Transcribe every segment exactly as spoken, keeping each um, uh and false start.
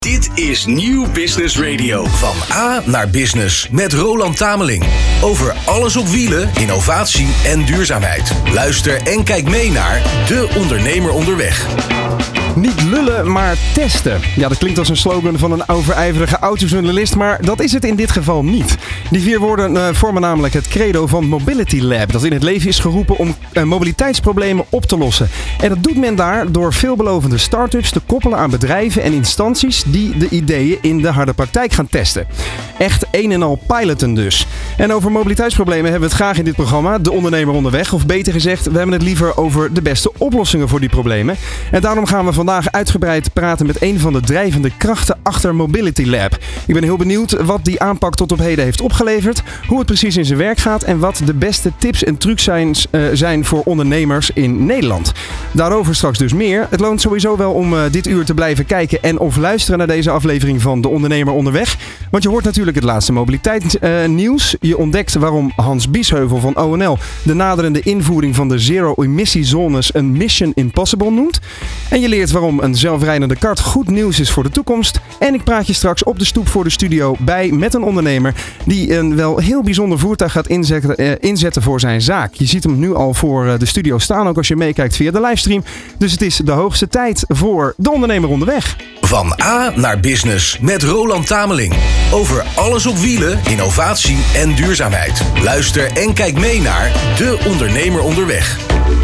Dit is Nieuw Business Radio. Van A naar Business met Roland Tameling. Over alles op wielen, innovatie en duurzaamheid. Luister en kijk mee naar De Ondernemer Onderweg. Niet lullen, maar testen. Ja, dat klinkt als een slogan van een overijverige autojournalist, maar dat is het in dit geval niet. Die vier woorden uh, vormen namelijk het credo van Mobility Lab, dat in het leven is geroepen om uh, mobiliteitsproblemen op te lossen. En dat doet men daar door veelbelovende start-ups te koppelen aan bedrijven en instanties die de ideeën in de harde praktijk gaan testen. Echt een en al piloten dus. En over mobiliteitsproblemen hebben we het graag in dit programma, De Ondernemer Onderweg. Of beter gezegd, we hebben het liever over de beste oplossingen voor die problemen. En daarom gaan we vandaag uitgebreid praten met een van de drijvende krachten achter Mobility Lab. Ik ben heel benieuwd wat die aanpak tot op heden heeft opgeleverd, hoe het precies in zijn werk gaat en wat de beste tips en trucs zijn, uh, zijn voor ondernemers in Nederland. Daarover straks dus meer. Het loont sowieso wel om uh, dit uur te blijven kijken en of luisteren naar deze aflevering van De Ondernemer Onderweg. Want je hoort natuurlijk het laatste mobiliteitsnieuws. Uh, je ontdekt waarom Hans Biesheuvel van O N L de naderende invoering van de zero-emissiezones een mission impossible noemt. En je leert waarom een zelfrijdende kart goed nieuws is voor de toekomst. En ik praat je straks op de stoep voor de studio bij met een ondernemer die een wel heel bijzonder voertuig gaat inzetten, uh, inzetten voor zijn zaak. Je ziet hem nu al voor uh, de studio staan, ook als je meekijkt via de livestream. Dus het is de hoogste tijd voor De Ondernemer Onderweg. Van A naar Business met Roland Tameling. Over alles op wielen, innovatie en duurzaamheid. Luister en kijk mee naar De Ondernemer Onderweg.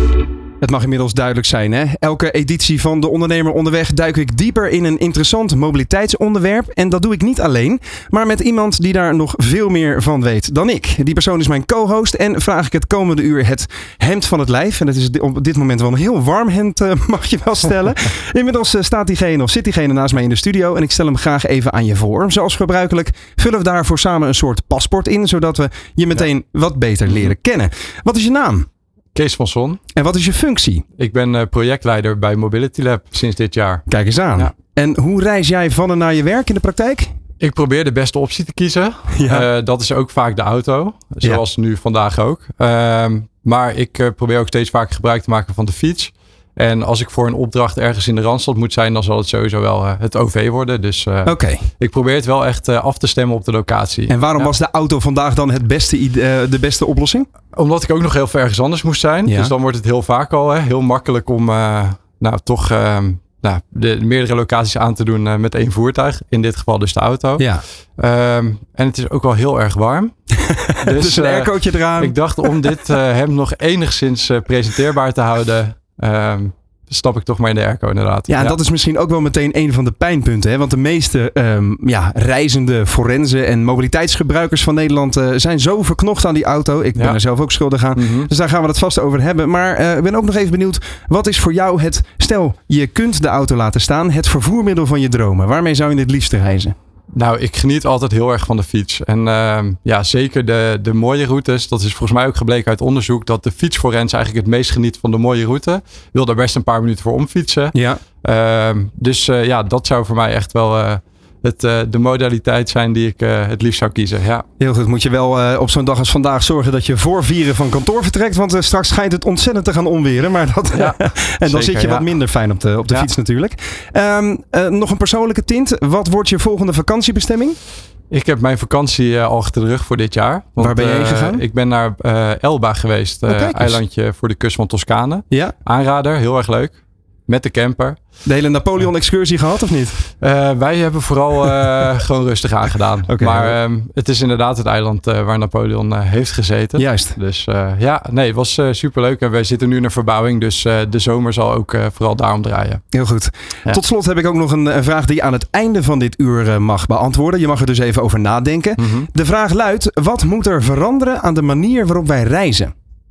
Het mag inmiddels duidelijk zijn, hè? Elke editie van De Ondernemer Onderweg duik ik dieper in een interessant mobiliteitsonderwerp. En dat doe ik niet alleen, maar met iemand die daar nog veel meer van weet dan ik. Die persoon is mijn co-host en vraag ik het komende uur het hemd van het lijf. En het is op dit moment wel een heel warm hemd, uh, mag je wel stellen. Inmiddels uh, staat diegene of zit diegene naast mij in de studio en ik stel hem graag even aan je voor. Zoals gebruikelijk vullen we daarvoor samen een soort paspoort in, zodat we je meteen wat beter leren kennen. Wat is je naam? Kees van Son. En wat is je functie? Ik ben uh, projectleider bij Mobility Lab sinds dit jaar. Kijk eens aan. Ja. En hoe reis jij van en naar je werk in de praktijk? Ik probeer de beste optie te kiezen. Ja. Uh, dat is ook vaak de auto. Zoals ja. nu vandaag ook. Uh, maar ik uh, probeer ook steeds vaker gebruik te maken van de fiets. En als ik voor een opdracht ergens in de Randstad moet zijn, dan zal het sowieso wel uh, het O V worden. Dus uh, okay. ik probeer het wel echt uh, af te stemmen op de locatie. En waarom ja. was de auto vandaag dan het beste, uh, de beste oplossing? Omdat ik ook nog heel ver ergens anders moest zijn. Ja. Dus dan wordt het heel vaak al hè, heel makkelijk om uh, nou, toch uh, nou, de meerdere locaties aan te doen uh, met één voertuig. In dit geval dus de auto. Ja. Um, en het is ook wel heel erg warm. dus dus een uh, aircootje eraan. Ik dacht om dit uh, hem nog enigszins uh, presenteerbaar te houden. Um, stap ik toch maar in de airco inderdaad. Ja, en ja. dat is misschien ook wel meteen een van de pijnpunten. Hè? Want de meeste um, ja, reizende forensen en mobiliteitsgebruikers van Nederland uh, zijn zo verknocht aan die auto. Ik ben ja. er zelf ook schuldig aan. Mm-hmm. Dus daar gaan we het vast over hebben. Maar uh, ik ben ook nog even benieuwd. Wat is voor jou het, stel je kunt de auto laten staan, het vervoermiddel van je dromen? Waarmee zou je het liefste reizen? Nou, ik geniet altijd heel erg van de fiets. En uh, ja, zeker de, de mooie routes. Dat is volgens mij ook gebleken uit onderzoek. Dat de fietsforens eigenlijk het meest geniet van de mooie route. Ik wil daar best een paar minuten voor omfietsen. Ja. Uh, dus uh, ja, dat zou voor mij echt wel uh, het, uh, de modaliteit zijn die ik uh, het liefst zou kiezen. Ja. Heel goed. Moet je wel uh, op zo'n dag als vandaag zorgen dat je voor vieren van kantoor vertrekt. Want uh, straks schijnt het ontzettend te gaan onweren. Maar dat, ja, en dan zeker, zit je ja. wat minder fijn op de, op de ja. fiets natuurlijk. Um, uh, nog een persoonlijke tint. Wat wordt je volgende vakantiebestemming? Ik heb mijn vakantie uh, al achter de rug voor dit jaar. Want, Waar ben je heen gegaan? Uh, ik ben naar uh, Elba geweest. Uh, oh, eilandje voor de kust van Toscane. Ja. Aanrader, heel erg leuk. Met de camper. De hele Napoleon-excursie gehad of niet? Uh, wij hebben vooral uh, gewoon rustig aangedaan. Okay, maar um, het is inderdaad het eiland uh, waar Napoleon uh, heeft gezeten. Juist. Dus uh, ja, nee, het was uh, superleuk. En wij zitten nu in een verbouwing. Dus uh, de zomer zal ook uh, vooral daarom draaien. Heel goed. Ja. Tot slot heb ik ook nog een, een vraag die je aan het einde van dit uur uh, mag beantwoorden. Je mag er dus even over nadenken. Mm-hmm. De vraag luidt, wat moet er veranderen aan de manier waarop wij reizen?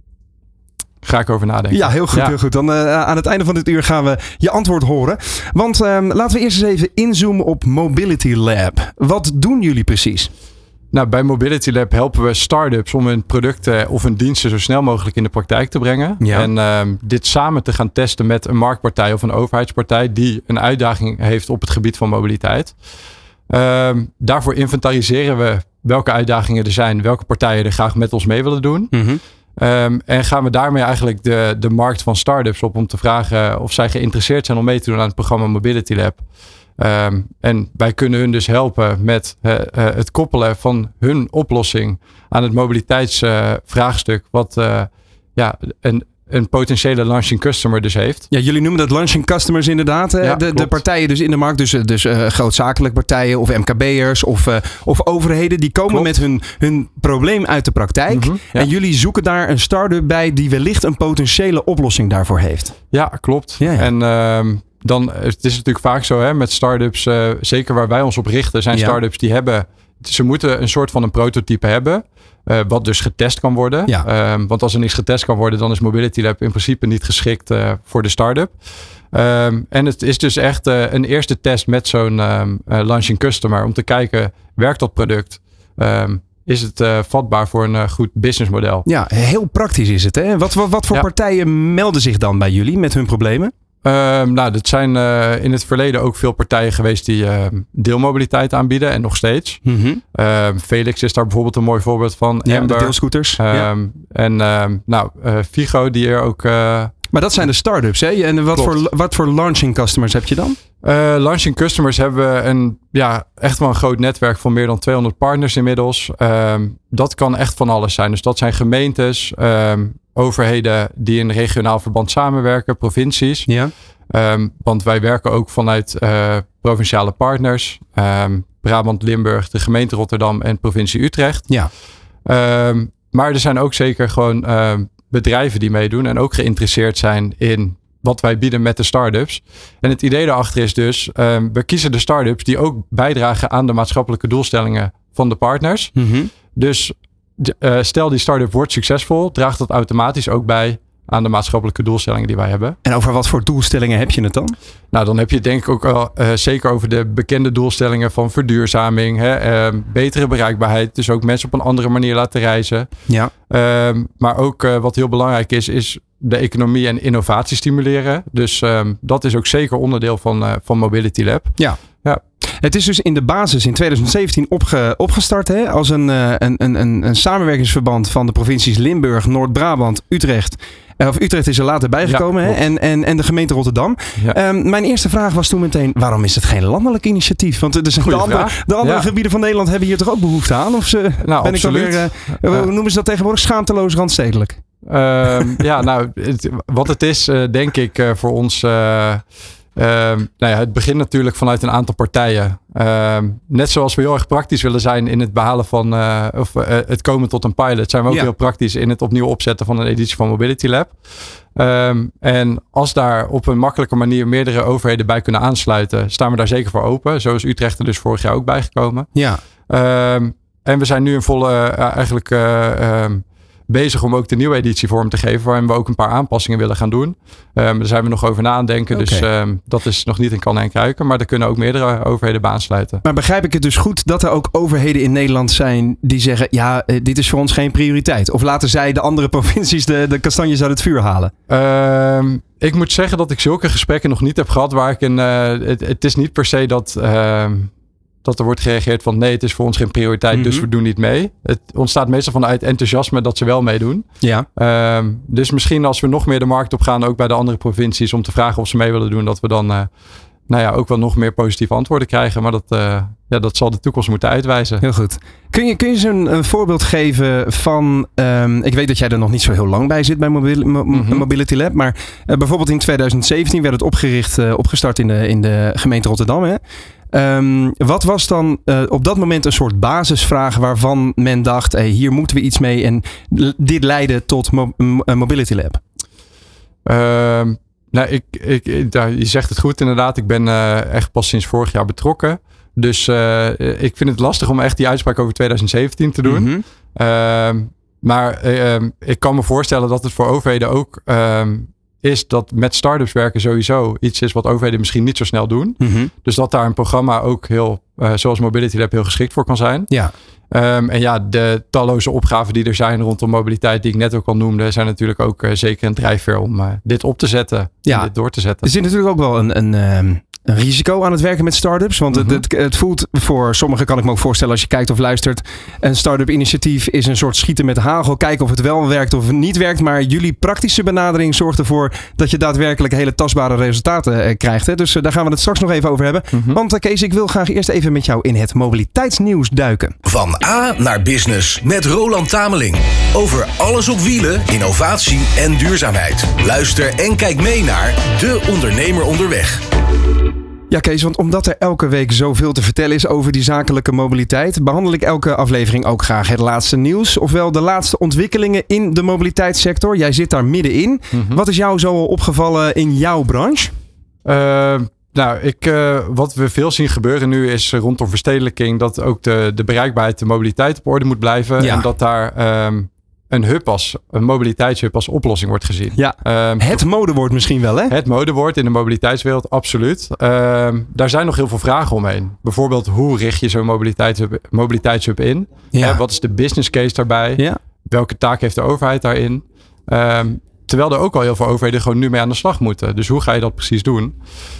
Ga ik over nadenken. Ja, heel goed. Ja. Heel goed. Dan uh, aan het einde van dit uur gaan we je antwoord horen. Want uh, laten we eerst eens even inzoomen op Mobility Lab. Wat doen jullie precies? Nou, bij Mobility Lab helpen we start-ups om hun producten of hun diensten zo snel mogelijk in de praktijk te brengen. Ja. En uh, dit samen te gaan testen met een marktpartij of een overheidspartij die een uitdaging heeft op het gebied van mobiliteit. Uh, daarvoor inventariseren we welke uitdagingen er zijn, welke partijen er graag met ons mee willen doen. Mm-hmm. Um, en gaan we daarmee eigenlijk de, de markt van start-ups op om te vragen of zij geïnteresseerd zijn om mee te doen aan het programma Mobility Lab. Um, en wij kunnen hun dus helpen met uh, uh, het koppelen van hun oplossing aan het mobiliteitsvraagstuk. Uh, wat uh, ja, een, een potentiële launching customer dus heeft. Ja, jullie noemen dat launching customers inderdaad. Ja, de, de partijen dus in de markt, dus, dus uh, grootzakelijk partijen of M K B'ers of, uh, of overheden. Die komen klopt. met hun, hun probleem uit de praktijk. Mm-hmm, ja. En jullie zoeken daar een start-up bij die wellicht een potentiële oplossing daarvoor heeft. Ja, klopt. Ja, ja. En uh, dan, het is natuurlijk vaak zo hè, met start-ups, uh, zeker waar wij ons op richten, zijn ja. start-ups die hebben, ze moeten een soort van een prototype hebben. Uh, wat dus getest kan worden. Ja. Um, want als er niks getest kan worden, dan is Mobility Lab in principe niet geschikt uh, voor de start-up. Um, en het is dus echt uh, een eerste test met zo'n um, uh, launching customer. Om te kijken, werkt dat product? Um, is het uh, vatbaar voor een uh, goed businessmodel? Ja, heel praktisch is het. Hè? Wat, wat, wat voor ja. partijen melden zich dan bij jullie met hun problemen? Um, nou, dat zijn uh, in het verleden ook veel partijen geweest die uh, deelmobiliteit aanbieden en nog steeds. Mm-hmm. Um, Felix is daar bijvoorbeeld een mooi voorbeeld van. Ja, Amber, de deelscooters. Um, ja. En um, nou, uh, Figo die er ook... Uh, maar dat zijn de start-ups, hè? En wat voor, wat voor launching customers heb je dan? Uh, launching customers hebben we een, ja, echt wel een groot netwerk van meer dan tweehonderd partners inmiddels. Um, dat kan echt van alles zijn. Dus dat zijn gemeentes, um, overheden die in regionaal verband samenwerken, provincies. Ja. Um, want wij werken ook vanuit uh, provinciale partners. Um, Brabant, Limburg, de gemeente Rotterdam en provincie Utrecht. Ja. Um, maar er zijn ook zeker gewoon uh, bedrijven die meedoen en ook geïnteresseerd zijn in wat wij bieden met de start-ups. En het idee daarachter is dus, um, we kiezen de start-ups die ook bijdragen aan de maatschappelijke doelstellingen van de partners. Mm-hmm. Dus uh, stel die start-up wordt succesvol, draagt dat automatisch ook bij aan de maatschappelijke doelstellingen die wij hebben. En over wat voor doelstellingen heb je het dan? Nou, dan heb je het denk ik ook al uh, zeker over de bekende doelstellingen van verduurzaming, hè, uh, betere bereikbaarheid, dus ook mensen op een andere manier laten reizen. Ja. Uh, maar ook uh, wat heel belangrijk is, is de economie en innovatie stimuleren. Dus um, dat is ook zeker onderdeel van, uh, van Mobility Lab. Ja. Ja. Het is dus in de basis in twintig zeventien opge, opgestart hè, als een, uh, een, een, een samenwerkingsverband van de provincies Limburg, Noord-Brabant, Utrecht. Of Utrecht is er later bijgekomen ja, hè, en, en, en de gemeente Rotterdam. Ja. Um, mijn eerste vraag was toen meteen, waarom is het geen landelijk initiatief? Want de, de andere, de andere ja. gebieden van Nederland hebben hier toch ook behoefte aan? Of ze, nou, ben absoluut. ik dan weer, uh, hoe noemen ze dat tegenwoordig? Schaamteloos randstedelijk. Um, ja, nou, het, wat het is, uh, denk ik, uh, voor ons... Uh, Uh, nou ja, het begint natuurlijk vanuit een aantal partijen. Uh, net zoals we heel erg praktisch willen zijn in het behalen van uh, of uh, het komen tot een pilot, zijn we ook ja. heel praktisch in het opnieuw opzetten van een editie van Mobility Lab. Um, en als daar op een makkelijke manier meerdere overheden bij kunnen aansluiten, staan we daar zeker voor open. Zo is Utrecht er dus vorig jaar ook bijgekomen. Ja. Um, en we zijn nu in volle uh, eigenlijk uh, um, bezig om ook de nieuwe editie vorm te geven, waarin we ook een paar aanpassingen willen gaan doen. Um, daar zijn we nog over na aan denken. Okay. Dus um, dat is nog niet in kan en kruiken, maar er kunnen ook meerdere overheden bij aansluiten. Maar begrijp ik het dus goed dat er ook overheden in Nederland zijn die zeggen, ja, dit is voor ons geen prioriteit? Of laten zij de andere provincies de, de kastanjes uit het vuur halen? Um, ik moet zeggen dat ik zulke gesprekken nog niet heb gehad waar ik een, uh, het, het is niet per se dat... Uh, dat er wordt gereageerd van nee, het is voor ons geen prioriteit, mm-hmm. dus we doen niet mee. Het ontstaat meestal vanuit enthousiasme dat ze wel meedoen. Ja. Um, dus misschien als we nog meer de markt op gaan, ook bij de andere provincies, om te vragen of ze mee willen doen, dat we dan uh, nou ja, ook wel nog meer positieve antwoorden krijgen. Maar dat, uh, ja, dat zal de toekomst moeten uitwijzen. Heel goed. Kun je, kun je eens een, een voorbeeld geven van, um, ik weet dat jij er nog niet zo heel lang bij zit bij Mobil, Mo, mm-hmm. Mobility Lab, maar uh, bijvoorbeeld in twintig zeventien werd het opgericht, uh, opgestart in de, in de gemeente Rotterdam, hè? Um, wat was dan uh, op dat moment een soort basisvraag waarvan men dacht, hey, hier moeten we iets mee en l- dit leidde tot Mo- M- Mobility Lab? Um, nou, ik, ik, ik, je zegt het goed inderdaad. Ik ben uh, echt pas sinds vorig jaar betrokken. Dus uh, ik vind het lastig om echt die uitspraak over twintig zeventien te doen. Mm-hmm. Um, maar um, ik kan me voorstellen dat het voor overheden ook... Um, is dat met start-ups werken sowieso iets is wat overheden misschien niet zo snel doen. Mm-hmm. Dus dat daar een programma ook heel, uh, zoals Mobility Lab, heel geschikt voor kan zijn. Ja. Um, en ja, de talloze opgaven die er zijn rondom mobiliteit, die ik net ook al noemde, zijn natuurlijk ook uh, zeker een drijfveer om uh, dit op te zetten. Ja. En dit door te zetten. Er zit natuurlijk ook wel een, een, um, een risico aan het werken met start-ups? Want mm-hmm. het, het, het voelt voor sommigen, kan ik me ook voorstellen als je kijkt of luistert, een start-up initiatief is een soort schieten met hagel. Kijken of het wel werkt of het niet werkt. Maar jullie praktische benadering zorgt ervoor dat je daadwerkelijk hele tastbare resultaten eh, krijgt. Hè? Dus uh, daar gaan we het straks nog even over hebben. Mm-hmm. Want uh, Kees, ik wil graag eerst even met jou in het mobiliteitsnieuws duiken. Van A naar Business met Roland Tameling. Over alles op wielen, innovatie en duurzaamheid. Luister en kijk mee naar De Ondernemer Onderweg. Ja, Kees, want omdat er elke week zoveel te vertellen is over die zakelijke mobiliteit, behandel ik elke aflevering ook graag het laatste nieuws, ofwel de laatste ontwikkelingen in de mobiliteitssector. Jij zit daar middenin. Mm-hmm. Wat is jou zo opgevallen in jouw branche? Uh, nou, ik, uh, wat we veel zien gebeuren nu is rondom verstedelijking dat ook de, de bereikbaarheid, de mobiliteit op orde moet blijven. Ja. En dat daar um, een hub als, een mobiliteitshub als oplossing wordt gezien. Ja, um, het modewoord misschien wel, hè? Het modewoord in de mobiliteitswereld, absoluut. Um, daar zijn nog heel veel vragen omheen. Bijvoorbeeld, hoe richt je zo'n mobiliteitshub, mobiliteitshub in? Ja. Uh, wat is de business case daarbij? Ja. Welke taak heeft de overheid daarin? Um, terwijl er ook al heel veel overheden gewoon nu mee aan de slag moeten. Dus hoe ga je dat precies doen? Um,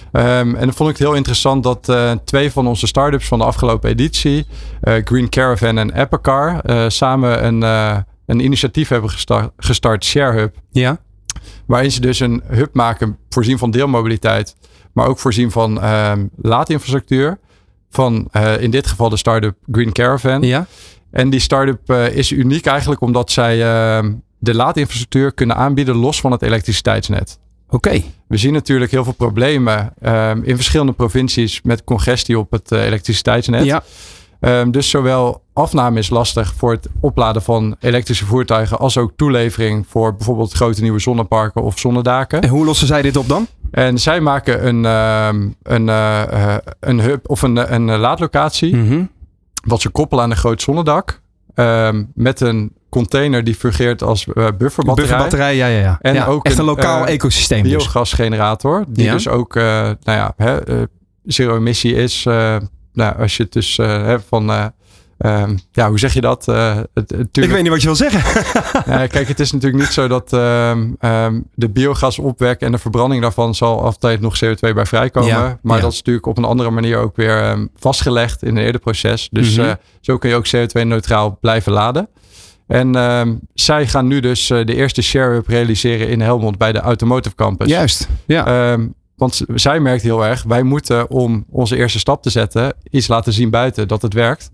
en dan vond ik het heel interessant dat uh, twee van onze start-ups van de afgelopen editie, uh, Green Caravan en Epiccar, uh, samen een... Uh, een initiatief hebben gestart, gestart ShareHub. Ja. Waarin ze dus een hub maken, voorzien van deelmobiliteit, maar ook voorzien van um, laadinfrastructuur. Van uh, in dit geval de start-up Green Caravan. Ja. En die start-up uh, is uniek eigenlijk omdat zij uh, de laadinfrastructuur kunnen aanbieden los van het elektriciteitsnet. Oké. Okay. We zien natuurlijk heel veel problemen um, in verschillende provincies met congestie op het uh, elektriciteitsnet. Ja. Um, dus zowel afname is lastig voor het opladen van elektrische voertuigen als ook toelevering voor bijvoorbeeld grote nieuwe zonneparken of zonnedaken. En hoe lossen zij dit op dan? En zij maken een, um, een, uh, een hub of een, een laadlocatie mm-hmm. wat ze koppelen aan een groot zonnedak um, met een container die fungeert als uh, bufferbatterij. Bufferbatterij, ja, ja, ja. En ja, ook echt een, een lokaal uh, ecosysteem. Biogasgenerator die ja. dus ook uh, nou ja, hè, uh, zero emissie is. Uh, Nou, als je het dus uh, hebt van... Uh, um, ja, hoe zeg je dat? Uh, het, het, ik weet niet wat je wil zeggen. ja, kijk, het is natuurlijk niet zo dat um, um, de biogasopwek en de verbranding daarvan zal altijd nog C O twee bij vrijkomen. Ja, maar ja. dat is natuurlijk op een andere manier ook weer um, vastgelegd in een eerder proces. Dus mm-hmm. uh, zo kun je ook C O twee neutraal blijven laden. En um, zij gaan nu dus uh, de eerste ShareHub realiseren in Helmond bij de Automotive Campus. Juist, ja. Um, Want zij merkt heel erg, wij moeten om onze eerste stap te zetten, iets laten zien buiten dat het werkt.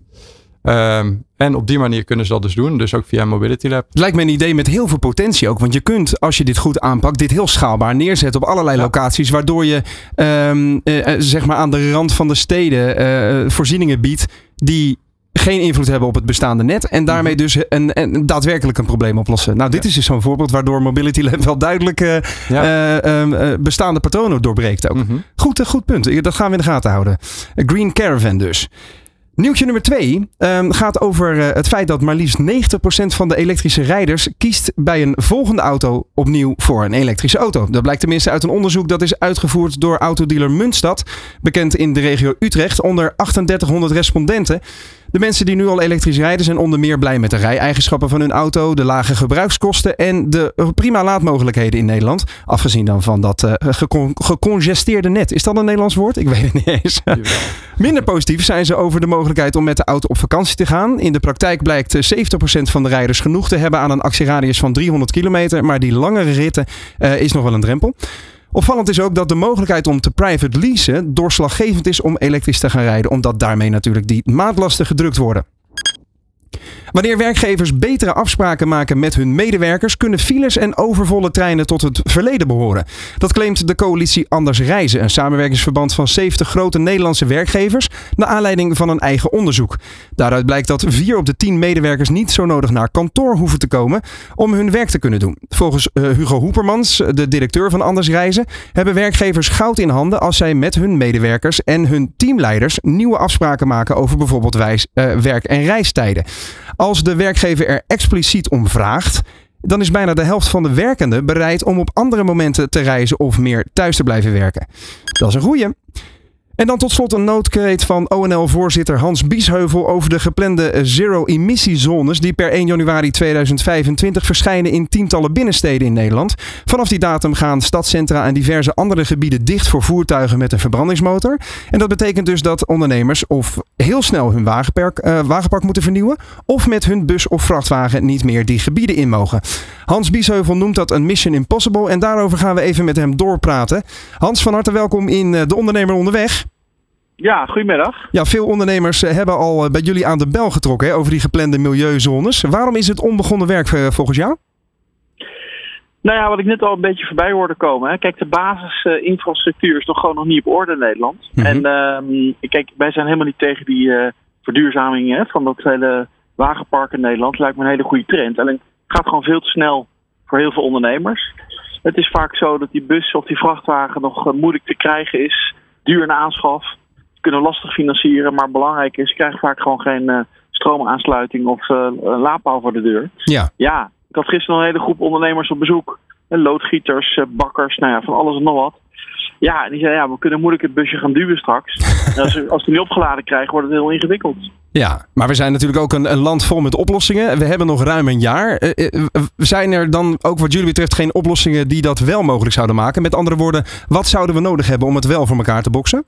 Um, en op die manier kunnen ze dat dus doen. Dus ook via Mobility Lab. Het lijkt me een idee met heel veel potentie ook. Want je kunt, als je dit goed aanpakt, dit heel schaalbaar neerzetten op allerlei ja. locaties. Waardoor je um, uh, zeg maar aan de rand van de steden uh, voorzieningen biedt die geen invloed hebben op het bestaande net. En daarmee dus een, een, daadwerkelijk een probleem oplossen. Nou, dit ja. is dus zo'n voorbeeld waardoor Mobility Lab wel duidelijk uh, ja. uh, uh, bestaande patronen doorbreekt ook. Mm-hmm. Goed, uh, goed punt. Dat gaan we in de gaten houden. Green Caravan dus. Nieuwtje nummer twee um, gaat over uh, het feit dat maar liefst negentig procent van de elektrische rijders kiest bij een volgende auto opnieuw voor een elektrische auto. Dat blijkt tenminste uit een onderzoek dat is uitgevoerd door autodealer Muntstad, bekend in de regio Utrecht, onder achtendertighonderd respondenten. De mensen die nu al elektrisch rijden zijn onder meer blij met de rij-eigenschappen van hun auto, de lage gebruikskosten en de prima laadmogelijkheden in Nederland. Afgezien dan van dat uh, gecon- gecongesteerde net. Is dat een Nederlands woord? Ik weet het niet eens. Minder positief zijn ze over de mogelijkheid om met de auto op vakantie te gaan. In de praktijk blijkt zeventig procent van de rijders genoeg te hebben aan een actieradius van driehonderd kilometer. Maar die langere ritten uh, is nog wel een drempel. Opvallend is ook dat de mogelijkheid om te private leasen doorslaggevend is om elektrisch te gaan rijden. Omdat daarmee natuurlijk die maatlasten gedrukt worden. Wanneer werkgevers betere afspraken maken met hun medewerkers, kunnen files en overvolle treinen tot het verleden behoren. Dat claimt de coalitie Anders Reizen, een samenwerkingsverband van zeventig grote Nederlandse werkgevers, naar aanleiding van een eigen onderzoek. Daaruit blijkt dat vier op de tien medewerkers niet zo nodig naar kantoor hoeven te komen om hun werk te kunnen doen. Volgens uh, Hugo Hoepermans, de directeur van Anders Reizen, hebben werkgevers goud in handen als zij met hun medewerkers en hun teamleiders nieuwe afspraken maken over bijvoorbeeld wijs, uh, werk- en reistijden. Als de werkgever er expliciet om vraagt, dan is bijna de helft van de werkenden bereid om op andere momenten te reizen of meer thuis te blijven werken. Dat is een goeie. En dan tot slot een noodkreet van O N L-voorzitter Hans Biesheuvel over de geplande zero-emissiezones die per één januari tweeduizend vijfentwintig verschijnen in tientallen binnensteden in Nederland. Vanaf die datum gaan stadscentra en diverse andere gebieden dicht voor voertuigen met een verbrandingsmotor. En dat betekent dus dat ondernemers of heel snel hun wagenpark, uh, wagenpark moeten vernieuwen of met hun bus of vrachtwagen niet meer die gebieden in mogen. Hans Biesheuvel noemt dat een mission impossible en daarover gaan we even met hem doorpraten. Hans, van harte welkom in De Ondernemer Onderweg. Ja, goedemiddag. Ja, veel ondernemers hebben al bij jullie aan de bel getrokken hè, over die geplande milieuzones. Waarom is het onbegonnen werk volgens jou? Nou ja, wat ik net al een beetje voorbij hoorde komen. Hè. Kijk, de basisinfrastructuur is nog gewoon nog niet op orde in Nederland. Mm-hmm. En uh, kijk, wij zijn helemaal niet tegen die uh, verduurzaming hè, van dat hele wagenpark in Nederland. Lijkt me een hele goede trend. Alleen het gaat gewoon veel te snel voor heel veel ondernemers. Het is vaak zo dat die bus of die vrachtwagen nog uh, moeilijk te krijgen is. Duur in aanschaf. Kunnen lastig financieren, maar belangrijk is, je krijgt vaak gewoon geen uh, stroomaansluiting of uh, een laadpaal voor de deur. Ja. ja, ik had gisteren een hele groep ondernemers op bezoek. Loodgieters, uh, bakkers, nou ja, van alles en nog wat. Ja, en die zeiden, ja, we kunnen moeilijk het busje gaan duwen straks. En als, als die niet opgeladen krijgen, wordt het heel ingewikkeld. Ja, maar we zijn natuurlijk ook een, een land vol met oplossingen. We hebben nog ruim een jaar. Uh, uh, zijn er dan ook wat jullie betreft geen oplossingen die dat wel mogelijk zouden maken? Met andere woorden, wat zouden we nodig hebben om het wel voor elkaar te boksen?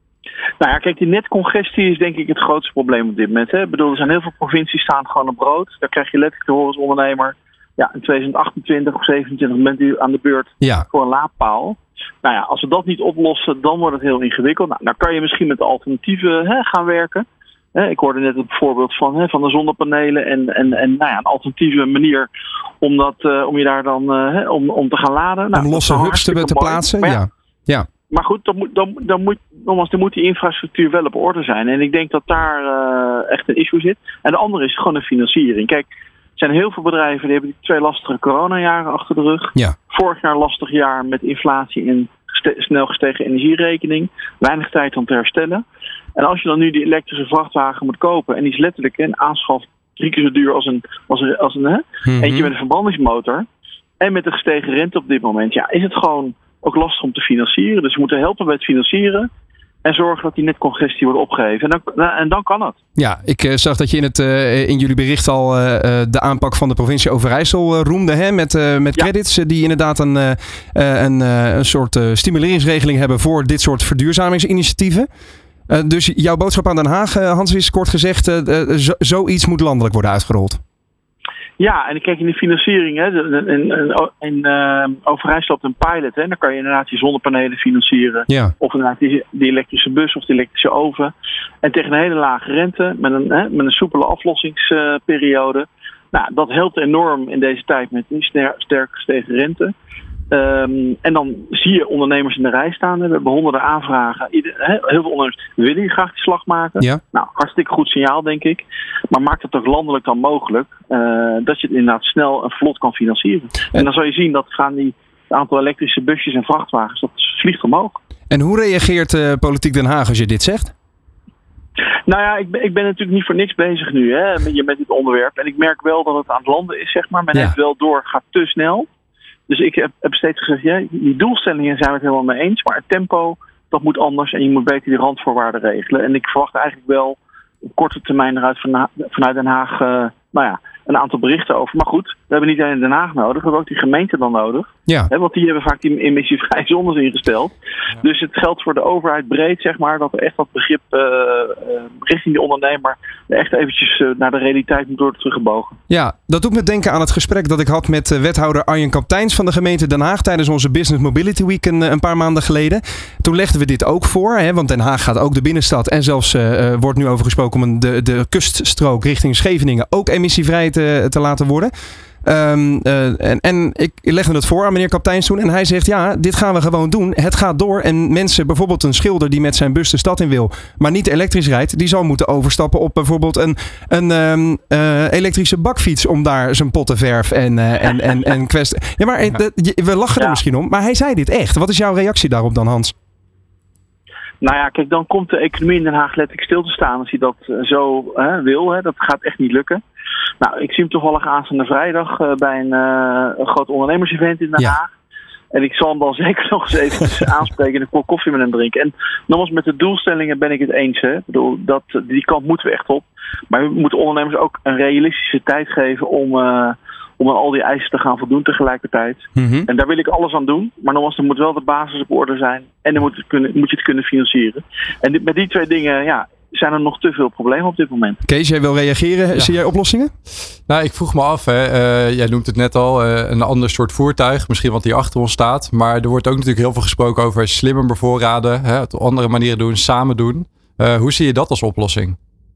Nou ja, kijk, die netcongestie is denk ik het grootste probleem op dit moment. Hè. Ik bedoel, er zijn heel veel provincies staan gewoon op brood. Daar krijg je letterlijk te horen als ondernemer. Ja, in tweeduizend achtentwintig of zevenentwintig bent u aan de beurt ja. voor een laadpaal. Nou ja, als we dat niet oplossen, dan wordt het heel ingewikkeld. Nou, dan kan je misschien met alternatieven hè, gaan werken. Hè, ik hoorde net het voorbeeld van, hè, van de zonnepanelen en, en, en nou ja, een alternatieve manier om, dat, uh, om je daar dan uh, om, om te gaan laden. Nou, om losse hubs te, te plaatsen, ja. ja. ja. Maar goed, dan moet, dan, dan, moet, nogmaals, dan moet die infrastructuur wel op orde zijn. En ik denk dat daar uh, echt een issue zit. En de andere is gewoon de financiering. Kijk, er zijn heel veel bedrijven die hebben die twee lastige coronajaren achter de rug. Ja. Vorig jaar lastig jaar met inflatie en geste- snel gestegen energierekening. Weinig tijd om te herstellen. En als je dan nu die elektrische vrachtwagen moet kopen en die is letterlijk een aanschaf drie keer zo duur als een, als een, als een hè? Mm-hmm. eentje met een verbrandingsmotor. En met de gestegen rente op dit moment, ja, is het gewoon ook lastig om te financieren. Dus we moeten helpen bij het financieren en zorgen dat die netcongestie wordt opgeheven. En dan, en dan kan het. Ja, ik uh, zag dat je in, het, uh, in jullie bericht al uh, de aanpak van de provincie Overijssel uh, roemde. Hè, met, uh, met ja. credits uh, die inderdaad een, uh, een, uh, een soort uh, stimuleringsregeling hebben voor dit soort verduurzamingsinitiatieven. Uh, dus jouw boodschap aan Den Haag, uh, Hans, is kort gezegd, uh, uh, zo, zoiets moet landelijk worden uitgerold. Ja, en ik kijk in de financiering. Hè, in in, in uh, Overijssel loopt een pilot. Hè, dan kan je inderdaad die zonnepanelen financieren. Ja. Of inderdaad die, die elektrische bus of die elektrische oven. En tegen een hele lage rente. Met een, hè, met een soepele aflossingsperiode. Nou, dat helpt enorm in deze tijd met die ster, sterk gestegen rente. Um, en dan zie je ondernemers in de rij staan. We hebben honderden aanvragen. Ieder, he, heel veel ondernemers willen hier graag die slag maken. Ja. Nou, hartstikke goed signaal, denk ik. Maar maakt het ook landelijk dan mogelijk uh, dat je het inderdaad snel en vlot kan financieren. En, en dan zal je zien dat gaan die het aantal elektrische busjes en vrachtwagens, dat vliegt omhoog. En hoe reageert uh, Politiek Den Haag als je dit zegt? Nou ja, ik ben, ik ben natuurlijk niet voor niks bezig nu hè, met, met dit onderwerp. En ik merk wel dat het aan het landen is, zeg maar. Men ja. heeft wel door, gaat te snel. Dus ik heb, heb steeds gezegd, ja, die doelstellingen zijn we het helemaal mee eens. Maar het tempo, dat moet anders. En je moet beter die randvoorwaarden regelen. En ik verwacht eigenlijk wel op korte termijn eruit van, vanuit Den Haag uh, nou ja, een aantal berichten over. Maar goed, we hebben niet alleen Den Haag nodig. We hebben ook die gemeenten dan nodig. Ja. Hè, want die hebben vaak die emissievrije zones ingesteld. Ja. Dus het geldt voor de overheid breed, zeg maar, dat er echt dat begrip uh, uh, richting de ondernemer echt eventjes uh, naar de realiteit moet worden teruggebogen. Ja, dat doet me denken aan het gesprek dat ik had met uh, wethouder Arjen Kapteins van de gemeente Den Haag tijdens onze Business Mobility Week een, een paar maanden geleden. Toen legden we dit ook voor, hè, want Den Haag gaat ook de binnenstad en zelfs uh, wordt nu over gesproken om een, de, de kuststrook richting Scheveningen ook emissievrij te, te laten worden. Um, uh, en, en ik legde het voor aan meneer Kapteins toen en hij zegt ja, dit gaan we gewoon doen. Het gaat door en mensen, bijvoorbeeld een schilder die met zijn bus de stad in wil, maar niet elektrisch rijdt, die zal moeten overstappen op bijvoorbeeld een, een um, uh, elektrische bakfiets om daar zijn pottenverf en, uh, en, en, en kwest. Ja, maar uh, we lachen er ja. misschien om, maar hij zei dit echt. Wat is jouw reactie daarop dan, Hans? Nou ja, kijk, dan komt de economie in Den Haag letterlijk stil te staan als hij dat uh, zo uh, wil. Hè. Dat gaat echt niet lukken. Nou, ik zie hem toevallig aanstaande vrijdag uh, bij een, uh, een groot ondernemersevent in Den Haag. En ik zal hem dan zeker nog eens even aanspreken en een kop koffie met hem drinken. En nogmaals, met de doelstellingen ben ik het eens. Hè? Ik bedoel, dat, die kant moeten we echt op. Maar we moeten ondernemers ook een realistische tijd geven om, uh, om aan al die eisen te gaan voldoen tegelijkertijd. Mm-hmm. En daar wil ik alles aan doen. Maar nogmaals, er moet wel de basis op orde zijn. En dan moet, het kunnen, moet je het kunnen financieren. En dit, met die twee dingen, ja, zijn er nog te veel problemen op dit moment. Kees, jij wil reageren. Ja. Zie jij oplossingen? Nou, ik vroeg me af. Hè. Uh, jij noemt het net al. Uh, een ander soort voertuig. Misschien wat hier achter ons staat. Maar er wordt ook natuurlijk heel veel gesproken over slimmer bevoorraden. Hè, het op andere manieren doen. Samen doen. Uh, hoe zie je dat als oplossing?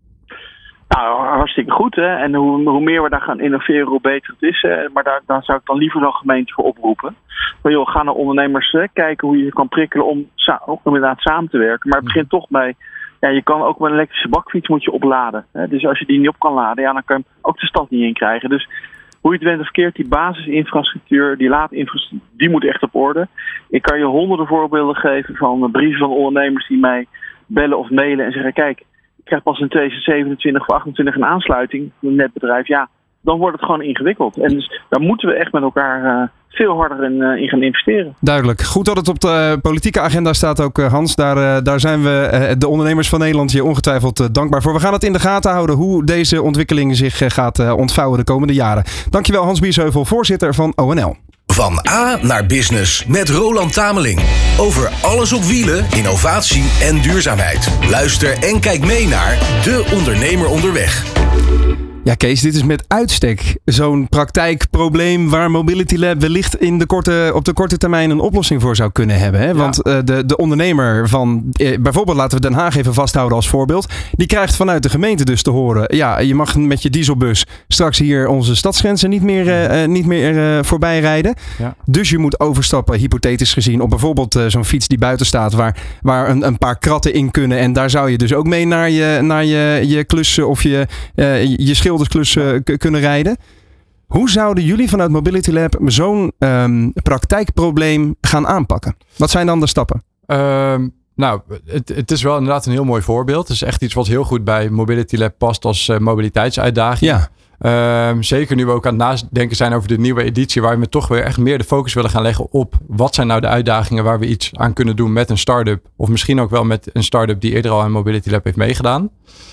Nou, hartstikke goed. Hè? En hoe, hoe meer we daar gaan innoveren, hoe beter het is. Hè? Maar daar, daar zou ik dan liever dan gemeenten voor oproepen. Maar joh, ga naar ondernemers hè, kijken hoe je je kan prikkelen om, om inderdaad samen te werken. Maar het begint toch bij... Ja, je kan ook met een elektrische bakfiets moet je opladen. Hè? Dus als je die niet op kan laden, ja, dan kan je ook de stad niet in krijgen. Dus hoe je het went of keert, die basisinfrastructuur, die laadinfrastructuur, die moet echt op orde. Ik kan je honderden voorbeelden geven van brieven van ondernemers die mij bellen of mailen en zeggen, kijk, ik krijg pas in tweeduizend zevenentwintig of achtentwintig een aansluiting van een netbedrijf. Ja, dan wordt het gewoon ingewikkeld. En dus daar moeten we echt met elkaar uh, veel harder in, uh, in gaan investeren. Duidelijk. Goed dat het op de politieke agenda staat ook, Hans. Daar, uh, daar zijn we, uh, de ondernemers van Nederland, je ongetwijfeld uh, dankbaar voor. We gaan het in de gaten houden hoe deze ontwikkeling zich uh, gaat uh, ontvouwen de komende jaren. Dankjewel, Hans Biesheuvel, voorzitter van O N L. Van A naar Business met Roland Tameling. Over alles op wielen, innovatie en duurzaamheid. Luister en kijk mee naar De Ondernemer Onderweg. Ja, Kees, dit is met uitstek zo'n praktijkprobleem waar Mobility Lab wellicht in de korte, op de korte termijn een oplossing voor zou kunnen hebben. Hè? Want ja. uh, de, de ondernemer van, eh, bijvoorbeeld laten we Den Haag even vasthouden als voorbeeld, die krijgt vanuit de gemeente dus te horen, ja, je mag met je dieselbus straks hier onze stadsgrenzen niet meer, uh, niet meer uh, voorbij rijden. Ja. Dus je moet overstappen, hypothetisch gezien, op bijvoorbeeld uh, zo'n fiets die buiten staat waar, waar een, een paar kratten in kunnen. En daar zou je dus ook mee naar je, naar je, je klussen of je, uh, je schil klus uh, k- kunnen rijden. Hoe zouden jullie vanuit Mobility Lab zo'n um, praktijkprobleem gaan aanpakken? Wat zijn dan de stappen? Um, nou, het, het is wel inderdaad een heel mooi voorbeeld. Het is echt iets wat heel goed bij Mobility Lab past als uh, mobiliteitsuitdaging. Ja. Um, zeker nu we ook aan het nadenken zijn over de nieuwe editie, waar we toch weer echt meer de focus willen gaan leggen op wat zijn nou de uitdagingen waar we iets aan kunnen doen met een start-up. Of misschien ook wel met een start-up die eerder al aan Mobility Lab heeft meegedaan.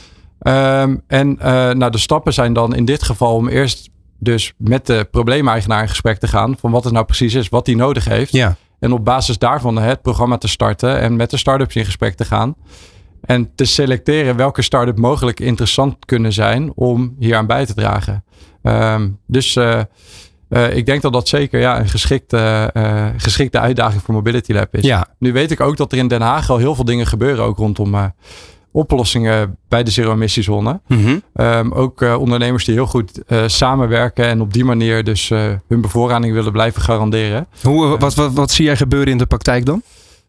Um, en uh, nou, de stappen zijn dan in dit geval om eerst dus met de probleemeigenaar in gesprek te gaan van wat het nou precies is, wat hij nodig heeft. Ja. En op basis daarvan het programma te starten en met de start-ups in gesprek te gaan. En te selecteren welke start-up mogelijk interessant kunnen zijn om hier aan bij te dragen. Um, dus uh, uh, ik denk dat dat zeker ja, een geschikte, uh, geschikte uitdaging voor Mobility Lab is. Ja. Nu weet ik ook dat er in Den Haag al heel veel dingen gebeuren ook rondom Uh, oplossingen bij de zero-emissiezone. Mm-hmm. Um, ook uh, ondernemers die heel goed uh, samenwerken en op die manier dus uh, hun bevoorrading willen blijven garanderen. Hoe, uh, wat, wat, wat zie jij gebeuren in de praktijk dan?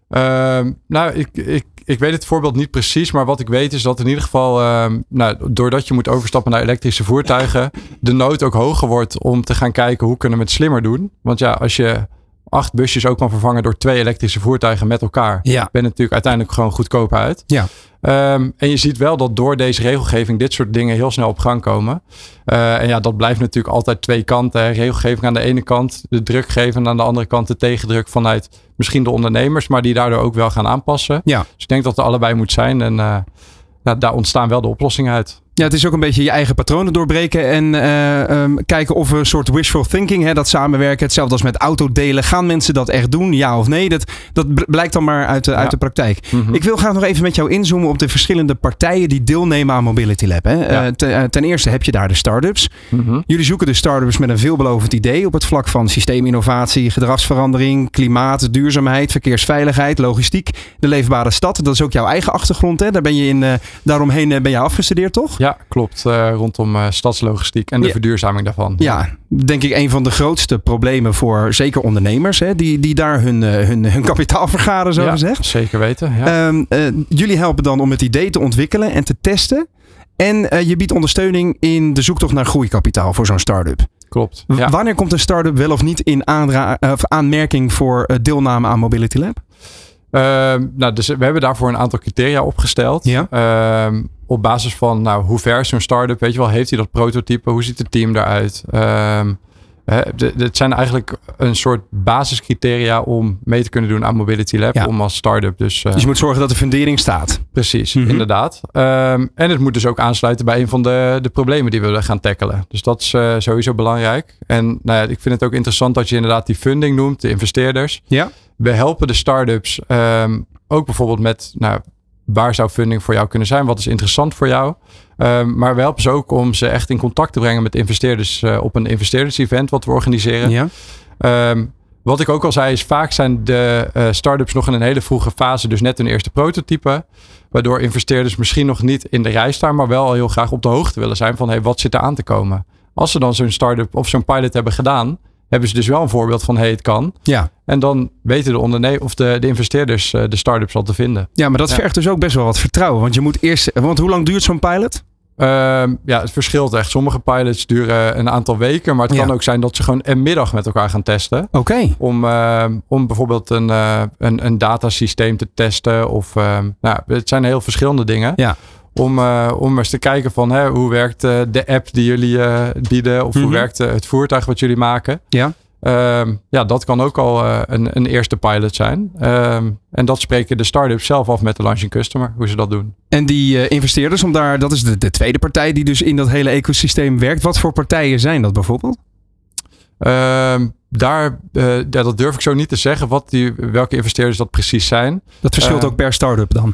Uh, nou, ik, ik, ik weet het voorbeeld niet precies, maar wat ik weet is dat in ieder geval, uh, nou, doordat je moet overstappen naar elektrische voertuigen, de nood ook hoger wordt om te gaan kijken hoe kunnen we het slimmer doen. Want ja, als je acht busjes ook kan vervangen door twee elektrische voertuigen met elkaar, ja. ben je natuurlijk uiteindelijk gewoon goedkoop uit. Ja. Um, en je ziet wel dat door deze regelgeving dit soort dingen heel snel op gang komen. Uh, en ja, dat blijft natuurlijk altijd twee kanten. Hè. Regelgeving aan de ene kant, de druk geven, en aan de andere kant de tegendruk vanuit misschien de ondernemers, maar die daardoor ook wel gaan aanpassen. Ja. Dus ik denk dat er allebei moet zijn en uh, nou, daar ontstaan wel de oplossingen uit. Ja, het is ook een beetje je eigen patronen doorbreken en uh, um, kijken of we een soort wishful thinking, hè, dat samenwerken, hetzelfde als met autodelen. Gaan mensen dat echt doen? Ja of nee? Dat, dat blijkt dan maar uit de, ja. uit de praktijk. Mm-hmm. Ik wil graag nog even met jou inzoomen op de verschillende partijen die deelnemen aan Mobility Lab. Hè. Ja. Uh, ten, uh, ten eerste heb je daar de start-ups. Mm-hmm. Jullie zoeken de start-ups met een veelbelovend idee op het vlak van systeeminnovatie, gedragsverandering, klimaat, duurzaamheid, verkeersveiligheid, logistiek, de leefbare stad. Dat is ook jouw eigen achtergrond. Hè? Daar ben je in, uh, daaromheen uh, ben je afgestudeerd, toch? Ja, klopt. Uh, rondom uh, stadslogistiek en de ja. verduurzaming daarvan. Ja, denk ik een van de grootste problemen voor zeker ondernemers, hè, die, die daar hun, uh, hun, hun kapitaal vergaren, zo ja, gezegd. Zeker weten. Ja. Um, uh, jullie helpen dan om het idee te ontwikkelen en te testen. En uh, je biedt ondersteuning in de zoektocht naar groeikapitaal voor zo'n start-up. Klopt. Ja. W- wanneer komt een start-up wel of niet in aandra- uh, aanmerking voor uh, deelname aan Mobility Lab? Uh, nou, dus we hebben daarvoor een aantal criteria opgesteld. Ja. Uh, op basis van nou, hoe ver is zo'n start-up, weet je wel, heeft hij dat prototype? Hoe ziet het team eruit? Uh, Het zijn eigenlijk een soort basiscriteria om mee te kunnen doen aan Mobility Lab. Ja. Om als start-up dus... Uh, dus je moet zorgen dat de fundering staat. Precies, mm-hmm. inderdaad. Um, en het moet dus ook aansluiten bij een van de, de problemen die we willen gaan tackelen. Dus dat is uh, sowieso belangrijk. En nou ja, ik vind het ook interessant dat je inderdaad die funding noemt, de investeerders. Ja. We helpen de start-ups um, ook bijvoorbeeld met... Nou, waar zou funding voor jou kunnen zijn? Wat is interessant voor jou? Um, maar we helpen ze ook om ze echt in contact te brengen met investeerders uh, op een investeerders-event wat we organiseren. Ja. Um, wat ik ook al zei is vaak zijn de uh, start-ups nog in een hele vroege fase, dus net een eerste prototype, waardoor investeerders misschien nog niet in de rij staan, maar wel al heel graag op de hoogte willen zijn van hey, wat zit er aan te komen? Als ze dan zo'n start-up of zo'n pilot hebben gedaan, hebben ze dus wel een voorbeeld van hey, het kan. Ja. En dan weten de ondernemers of de, de investeerders uh, de start-ups al te vinden. Ja, maar dat ja. vergt dus ook best wel wat vertrouwen. Want je moet eerst. Want hoe lang duurt zo'n pilot? Uh, ja, het verschilt echt. Sommige pilots duren een aantal weken, maar het ja. kan ook zijn dat ze gewoon een middag met elkaar gaan testen. Oké. Okay. Om, uh, om bijvoorbeeld een, uh, een, een datasysteem te testen. Of uh, nou, het zijn heel verschillende dingen. Ja. Om, uh, om eens te kijken van hè, hoe werkt uh, de app die jullie uh, bieden. Of mm-hmm. hoe werkt uh, het voertuig wat jullie maken. Ja. Um, ja, dat kan ook al uh, een, een eerste pilot zijn. Um, en dat spreken de start-ups zelf af met de launching customer, hoe ze dat doen. En die uh, investeerders, om daar, dat is de, de tweede partij die dus in dat hele ecosysteem werkt. Wat voor partijen zijn dat bijvoorbeeld? Um, daar, uh, ja, dat durf ik zo niet te zeggen, wat die, welke investeerders dat precies zijn. Dat verschilt uh, ook per start-up dan?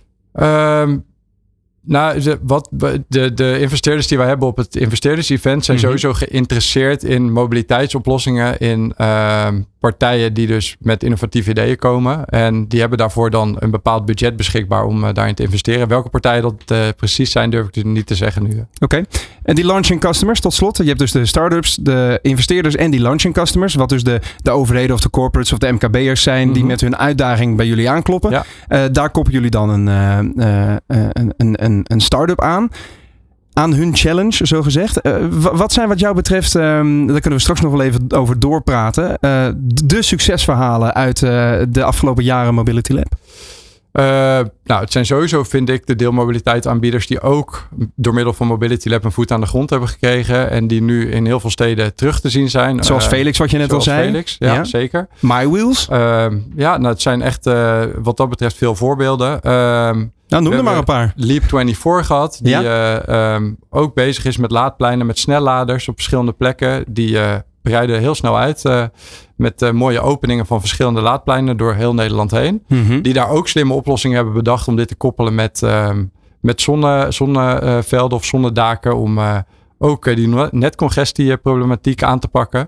Um, Nou, de, wat, de, de investeerders die wij hebben op het investeerders-event zijn mm-hmm. sowieso geïnteresseerd in mobiliteitsoplossingen, in uh, partijen die dus met innovatieve ideeën komen. En die hebben daarvoor dan een bepaald budget beschikbaar om uh, daarin te investeren. Welke partijen dat uh, precies zijn, durf ik dus niet te zeggen nu. Oké. Okay. En die launching customers, tot slot. Je hebt dus de start-ups, de investeerders en die launching customers. Wat dus de, de overheden of de corporates of de M K B'ers zijn mm-hmm. die met hun uitdaging bij jullie aankloppen. Ja. Uh, daar koppelen jullie dan een, uh, uh, een, een, een, een start-up aan. Aan hun challenge, zo gezegd. Uh, wat zijn wat jou betreft, um, daar kunnen we straks nog wel even over doorpraten, uh, de succesverhalen uit uh, de afgelopen jaren Mobility Lab? Uh, nou, het zijn sowieso, vind ik, de deelmobiliteitsaanbieders die ook door middel van Mobility Lab een voet aan de grond hebben gekregen en die nu in heel veel steden terug te zien zijn. Zoals uh, Felix, wat je net al zei. Felix, ja, ja, zeker. MyWheels. Uh, ja, nou, het zijn echt uh, wat dat betreft veel voorbeelden. Uh, Nou, noem er maar een paar. Leap vierentwintig gehad, die ja? uh, um, ook bezig is met laadpleinen, met snelladers op verschillende plekken. Die uh, breiden heel snel uit uh, met uh, mooie openingen van verschillende laadpleinen door heel Nederland heen. Mm-hmm. Die daar ook slimme oplossingen hebben bedacht om dit te koppelen met, um, met zonne, zonnevelden of zonnedaken. Om uh, ook uh, die netcongestieproblematiek aan te pakken.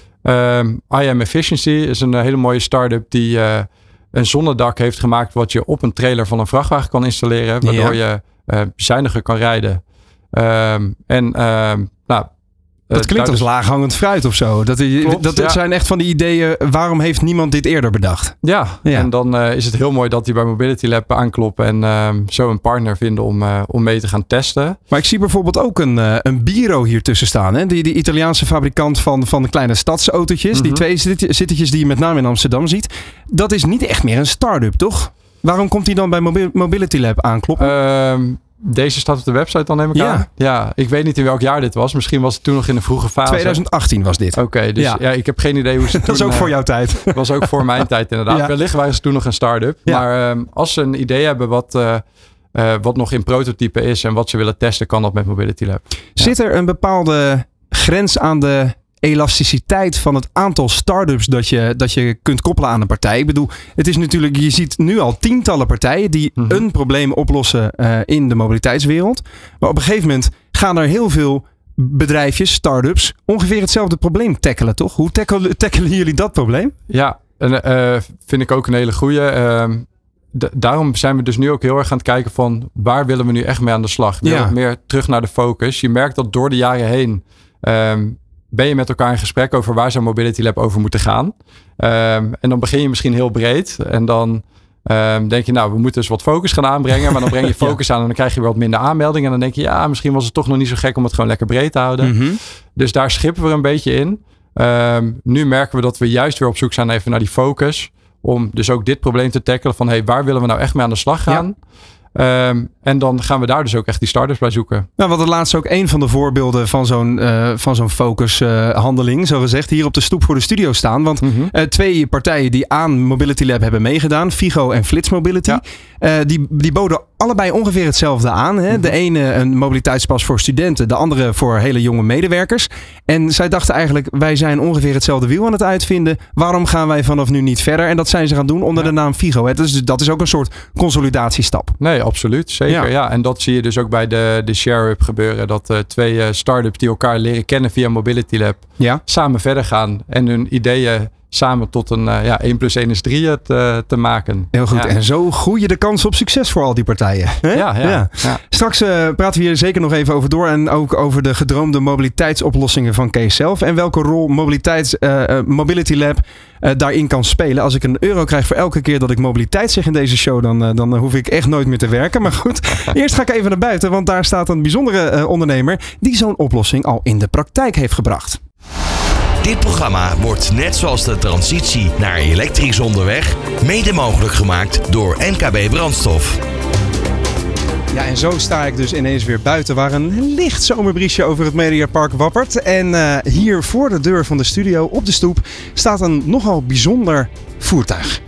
Um, I am Efficiency is een uh, hele mooie start-up die Uh, een zonnedak heeft gemaakt wat je op een trailer van een vrachtwagen kan installeren. Waardoor ja. je uh, zuiniger kan rijden. Um, en um, nou... Dat klinkt als dus laaghangend fruit of zo. Dat, Klopt, dat, dat ja. zijn echt van die ideeën. Waarom heeft niemand dit eerder bedacht? Ja, ja. En dan uh, is het heel mooi dat die bij Mobility Lab aankloppen. En uh, zo een partner vinden om, uh, om mee te gaan testen. Maar ik zie bijvoorbeeld ook een, uh, een Biro hier tussen staan. Hè? Die, die Italiaanse fabrikant van, van de kleine stadsautootjes. Mm-hmm. Die twee zit, zittetjes die je met name in Amsterdam ziet. Dat is niet echt meer een start-up, toch? Waarom komt die dan bij Mobil- Mobility Lab aankloppen? Um, Deze staat op de website dan, neem ik ja. aan? Ja, ik weet niet in welk jaar dit was. Misschien was het toen nog in de vroege fase. twintig achttien was dit. Oké, okay, dus ja. ja, ik heb geen idee hoe ze het Dat toen, is ook voor jouw tijd. Dat was ook voor mijn tijd inderdaad. Ja. Wellicht waren ze toen nog een start-up. Ja. Maar um, als ze een idee hebben wat, uh, uh, wat nog in prototype is en wat ze willen testen, kan dat met Mobility Lab. Ja. Zit er een bepaalde grens aan de elasticiteit van het aantal start-ups dat je, dat je kunt koppelen aan een partij? Ik bedoel, het is natuurlijk, je ziet nu al tientallen partijen die mm-hmm. een probleem oplossen uh, in de mobiliteitswereld. Maar op een gegeven moment gaan er heel veel bedrijfjes, start-ups, ongeveer hetzelfde probleem tackelen, toch? Hoe tackelen, tackelen jullie dat probleem? Ja, en uh, vind ik ook een hele goeie. Uh, d- daarom zijn we dus nu ook heel erg aan het kijken van waar willen we nu echt mee aan de slag? Ja. Meer terug naar de focus. Je merkt dat door de jaren heen Um, ben je met elkaar in gesprek over waar zou Mobility Lab over moeten gaan. Um, en dan begin je misschien heel breed. En dan um, denk je, nou, we moeten dus wat focus gaan aanbrengen. Maar dan breng je focus ja. aan en dan krijg je weer wat minder aanmeldingen. En dan denk je, ja, misschien was het toch nog niet zo gek om het gewoon lekker breed te houden. Mm-hmm. Dus daar schippen we een beetje in. Um, nu merken we dat we juist weer op zoek zijn even naar die focus. Om dus ook dit probleem te tackelen van, hey, waar willen we nou echt mee aan de slag gaan? Um, en dan gaan we daar dus ook echt die startups bij zoeken. Nou, we hadden laatst ook een van de voorbeelden van zo'n, uh, van zo'n focushandeling, uh, zo gezegd, hier op de stoep voor de studio staan. Want mm-hmm. uh, twee partijen die aan Mobility Lab hebben meegedaan, Figo en Flits Mobility, ja. uh, die, die boden allebei ongeveer hetzelfde aan. Hè? Mm-hmm. De ene een mobiliteitspas voor studenten, de andere voor hele jonge medewerkers. En zij dachten eigenlijk, wij zijn ongeveer hetzelfde wiel aan het uitvinden. Waarom gaan wij vanaf nu niet verder? En dat zijn ze gaan doen onder ja. de naam Figo. Hè? Dus dat is ook een soort consolidatiestap. Nee, absoluut. Zeker. Ja. Ja. En dat zie je dus ook bij de, de Share-up gebeuren. Dat uh, twee uh, start-ups die elkaar leren kennen via Mobility Lab ja. samen verder gaan en hun ideeën samen tot een uh, ja, één plus één is drie te, te maken. Heel goed. Ja. En zo groeien de kansen op succes voor al die partijen. Hè? Ja, ja, ja. ja. Straks uh, praten we hier zeker nog even over door. En ook over de gedroomde mobiliteitsoplossingen van Kees zelf. En welke rol mobiliteits, uh, uh, Mobility Lab uh, daarin kan spelen. Als ik een euro krijg voor elke keer dat ik mobiliteit zeg in deze show, dan, uh, dan hoef ik echt nooit meer te werken. Maar goed, eerst ga ik even naar buiten. Want daar staat een bijzondere uh, ondernemer die zo'n oplossing al in de praktijk heeft gebracht. Dit programma wordt net zoals de transitie naar elektrisch onderweg mede mogelijk gemaakt door N K B Brandstof. Ja, en zo sta ik dus ineens weer buiten waar een licht zomerbriesje over het Mediapark wappert. En uh, hier voor de deur van de studio op de stoep staat een nogal bijzonder voertuig.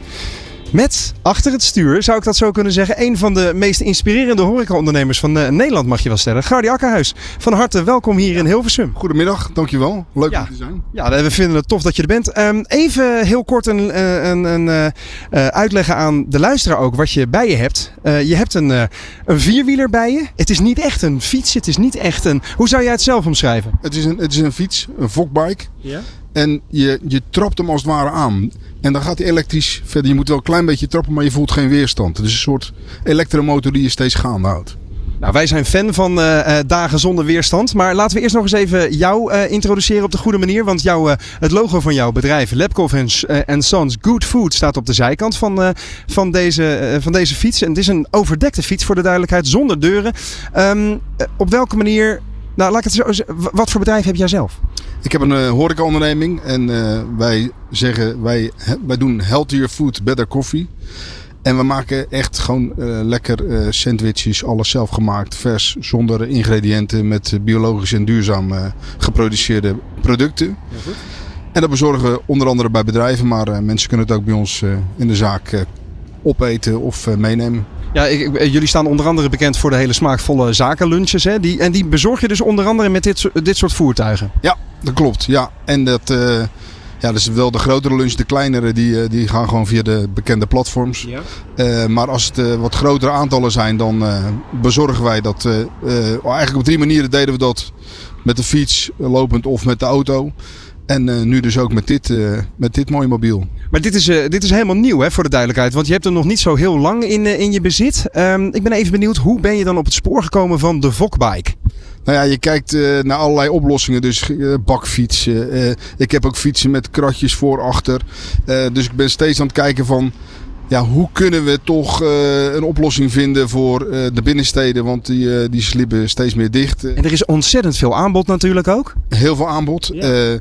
Met achter het stuur, zou ik dat zo kunnen zeggen, een van de meest inspirerende horecaondernemers van uh, Nederland, mag je wel stellen. Gardy Akkerhuis, van harte welkom hier in Hilversum. Goedemiddag, dankjewel. Leuk ja. om te zijn. Ja, we vinden het tof dat je er bent. Um, even heel kort een, een, een uh, uitleggen aan de luisteraar ook wat je bij je hebt. Uh, je hebt een, uh, een vierwieler bij je. Het is niet echt een fiets, het is niet echt een... Hoe zou jij het zelf omschrijven? Het is een, het is een fiets, een Vogbike. Ja. En je, je trapt hem als het ware aan. En dan gaat hij elektrisch verder. Je moet wel een klein beetje trappen, maar je voelt geen weerstand. Het is een soort elektromotor die je steeds gaande houdt. Nou, wij zijn fan van uh, dagen zonder weerstand. Maar laten we eerst nog eens even jou uh, introduceren op de goede manier. Want jouw, uh, het logo van jouw bedrijf, Lepkov and, uh, and Sons Good Food, staat op de zijkant van, uh, van, deze, uh, van deze fiets. En het is een overdekte fiets voor de duidelijkheid, zonder deuren. Um, uh, op welke manier... Nou, laat ik het zo, wat voor bedrijf heb jij zelf? Ik heb een uh, horecaonderneming en uh, wij zeggen, wij, wij doen healthier food, better coffee. En we maken echt gewoon uh, lekker uh, sandwiches, alles zelf gemaakt, vers, zonder ingrediënten, met uh, biologisch en duurzaam uh, geproduceerde producten. Ja, goed. En dat bezorgen we onder andere bij bedrijven, maar uh, mensen kunnen het ook bij ons uh, in de zaak uh, opeten of uh, meenemen. Ja, ik, ik, jullie staan onder andere bekend voor de hele smaakvolle zakenlunches. Hè? Die, en die bezorg je dus onder andere met dit, dit soort voertuigen? Ja, dat klopt. Ja. En dat, uh, ja, dat is wel de grotere lunch. De kleinere die, uh, die gaan gewoon via de bekende platforms. Ja. Uh, maar als het uh, wat grotere aantallen zijn, dan uh, bezorgen wij dat. Uh, uh, eigenlijk op drie manieren deden we dat. Met de fiets, lopend of met de auto. En uh, nu dus ook met dit, uh, met dit mooie mobiel. Maar dit is, uh, dit is helemaal nieuw, hè, voor de duidelijkheid. Want je hebt hem nog niet zo heel lang in, uh, in je bezit. Um, ik ben even benieuwd, hoe ben je dan op het spoor gekomen van de Vogbike? Nou ja, je kijkt uh, naar allerlei oplossingen. Dus uh, bakfietsen. Uh, ik heb ook fietsen met kratjes voor, achter. Uh, dus ik ben steeds aan het kijken van... Ja, hoe kunnen we toch uh, een oplossing vinden voor uh, de binnensteden? Want die, uh, die slibben steeds meer dicht. En er is ontzettend veel aanbod natuurlijk ook. Heel veel aanbod. Ja. Uh,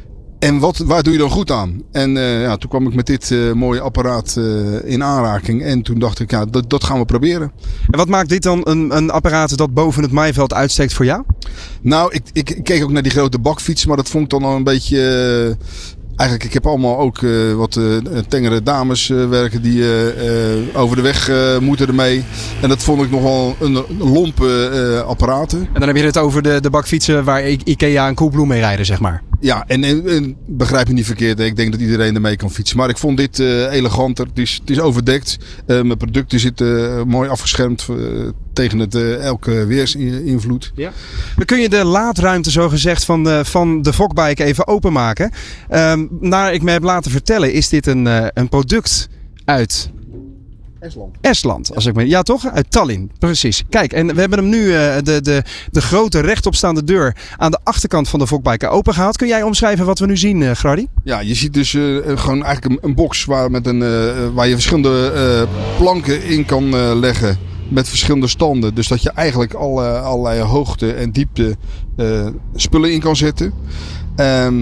En wat, waar doe je dan goed aan? En uh, ja, toen kwam ik met dit uh, mooie apparaat uh, in aanraking. En toen dacht ik, ja, dat, dat gaan we proberen. En wat maakt dit dan een, een apparaat dat boven het maaiveld uitsteekt voor jou? Nou, ik, ik, ik keek ook naar die grote bakfiets. Maar dat vond ik dan al een beetje... Uh, Eigenlijk, ik heb allemaal ook uh, wat uh, tengere dames uh, werken die uh, uh, over de weg uh, moeten ermee. En dat vond ik nogal een, een lompe uh, apparaten. En dan heb je het over de, de bakfietsen waar Ikea en Coolblue mee rijden, zeg maar. Ja, en, en, en begrijp je niet verkeerd. Ik denk dat iedereen ermee kan fietsen. Maar ik vond dit uh, eleganter. Het is, het is overdekt. Uh, mijn producten zitten uh, mooi afgeschermd uh, tegen het, uh, elke weersinvloed. Ja. Dan kun je de laadruimte zo gezegd van de, van de Vogbike even openmaken. Um, naar ik me heb laten vertellen is dit een, uh, een product uit... Estland. Estland, als ik me... Ja, toch? Uit Tallinn, precies. Kijk, en we hebben hem nu uh, de, de, de grote rechtopstaande deur aan de achterkant van de Vogbike opengehaald. Kun jij omschrijven wat we nu zien, uh, Gardy? Ja, je ziet dus uh, gewoon eigenlijk een, een box waar, met een, uh, waar je verschillende uh, planken in kan uh, leggen. Met verschillende standen. Dus dat je eigenlijk alle, allerlei hoogte en diepte uh, spullen in kan zetten. Um,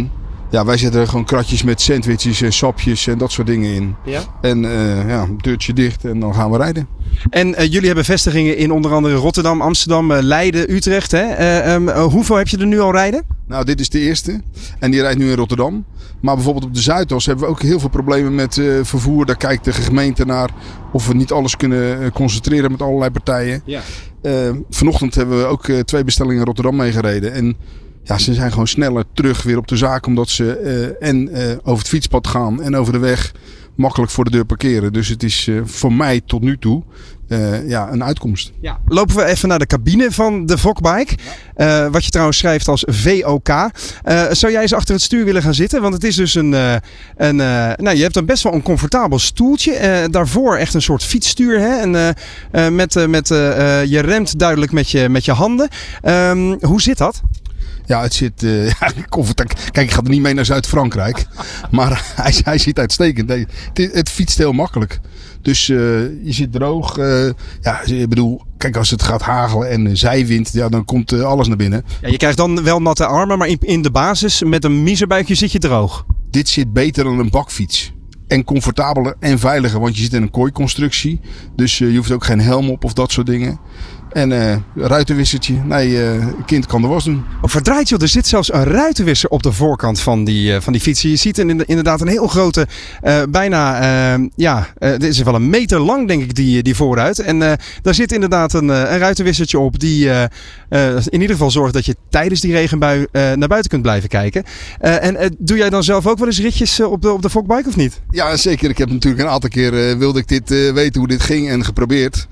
Ja, wij zetten gewoon kratjes met sandwiches en sapjes en dat soort dingen in. Ja? En uh, ja, deurtje dicht en dan gaan we rijden. En uh, jullie hebben vestigingen in onder andere Rotterdam, Amsterdam, uh, Leiden, Utrecht. Hè? Uh, um, uh, hoeveel heb je er nu al rijden? Nou, dit is de eerste. En die rijdt nu in Rotterdam. Maar bijvoorbeeld op de Zuidas hebben we ook heel veel problemen met uh, vervoer. Daar kijkt de gemeente naar of we niet alles kunnen uh, concentreren met allerlei partijen. Ja. Uh, vanochtend hebben we ook uh, twee bestellingen in Rotterdam meegereden. En ja, ze zijn gewoon sneller terug weer op de zaak. Omdat ze uh, en uh, over het fietspad gaan en over de weg makkelijk voor de deur parkeren. Dus het is uh, voor mij tot nu toe uh, ja, een uitkomst. Ja. Lopen we even naar de cabine van de Vogbike. Ja. Uh, wat je trouwens schrijft als V O K. Uh, zou jij eens achter het stuur willen gaan zitten? Want het is dus een... Uh, een uh, nou, je hebt dan best wel een comfortabel stoeltje. Uh, daarvoor echt een soort fietsstuur. Hè? En, uh, uh, met, uh, met, uh, uh, je remt duidelijk met je, met je handen. Um, hoe zit dat? Ja, het zit... Uh, ja, kijk, ik ga er niet mee naar Zuid-Frankrijk. Maar hij, hij zit uitstekend. Nee, het, het fietst heel makkelijk. Dus uh, je zit droog. Uh, ja, ik bedoel, kijk, als het gaat hagelen en uh, zijwind, ja, dan komt uh, alles naar binnen. Ja, je krijgt dan wel natte armen, maar in, in de basis met een miserbuikje zit je droog. Dit zit beter dan een bakfiets. En comfortabeler en veiliger, want je zit in een kooiconstructie. Dus uh, je hoeft ook geen helm op of dat soort dingen. En uh, ruitenwissertje. Nee, uh, kind kan de was doen. Oh, verdraaid joh, er zit zelfs een ruitenwisser op de voorkant van die, uh, van die fiets. Je ziet inderdaad een heel grote, uh, bijna, uh, ja, uh, dit is wel een meter lang denk ik die, die voorruit. En uh, daar zit inderdaad een, uh, een ruitenwissertje op die uh, uh, in ieder geval zorgt dat je tijdens die regenbui uh, naar buiten kunt blijven kijken. Uh, en uh, doe jij dan zelf ook wel eens ritjes uh, op de, op de Vogbike of niet? Ja, zeker. Ik heb natuurlijk een aantal keer uh, wilde ik dit uh, weten hoe dit ging en geprobeerd.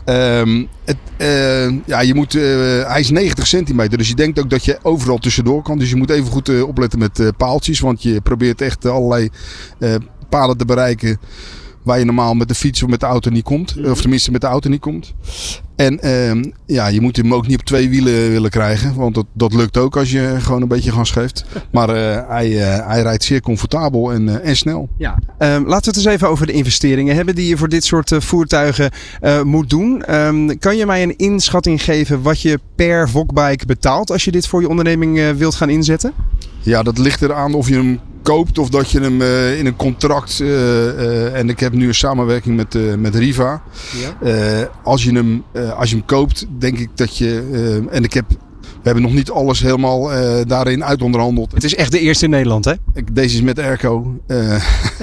Um, het, uh, ja, je moet, uh, hij is negentig centimeter, dus je denkt ook dat je overal tussendoor kan. Dus je moet even goed uh, opletten met uh, paaltjes, want je probeert echt uh, allerlei uh, palen te bereiken waar je normaal met de fiets of met de auto niet komt. Mm-hmm. Of tenminste met de auto niet komt. En uh, ja, je moet hem ook niet op twee wielen willen krijgen. Want dat, dat lukt ook als je gewoon een beetje gas geeft. Maar uh, hij, uh, hij rijdt zeer comfortabel en, uh, en snel. Ja. Um, laten we het eens even over de investeringen hebben die je voor dit soort uh, voertuigen uh, moet doen. Um, kan je mij een inschatting geven wat je per Vogbike betaalt als je dit voor je onderneming uh, wilt gaan inzetten? Ja, dat ligt eraan of je hem koopt of dat je hem uh, in een contract... Uh, uh, en ik heb nu een samenwerking met, uh, met Riva. Ja. Uh, als, je hem, uh, als je hem koopt, denk ik dat je... Uh, en ik heb... We hebben nog niet alles helemaal uh, daarin uitonderhandeld. Het is echt de eerste in Nederland, hè? Deze is met airco. Uh,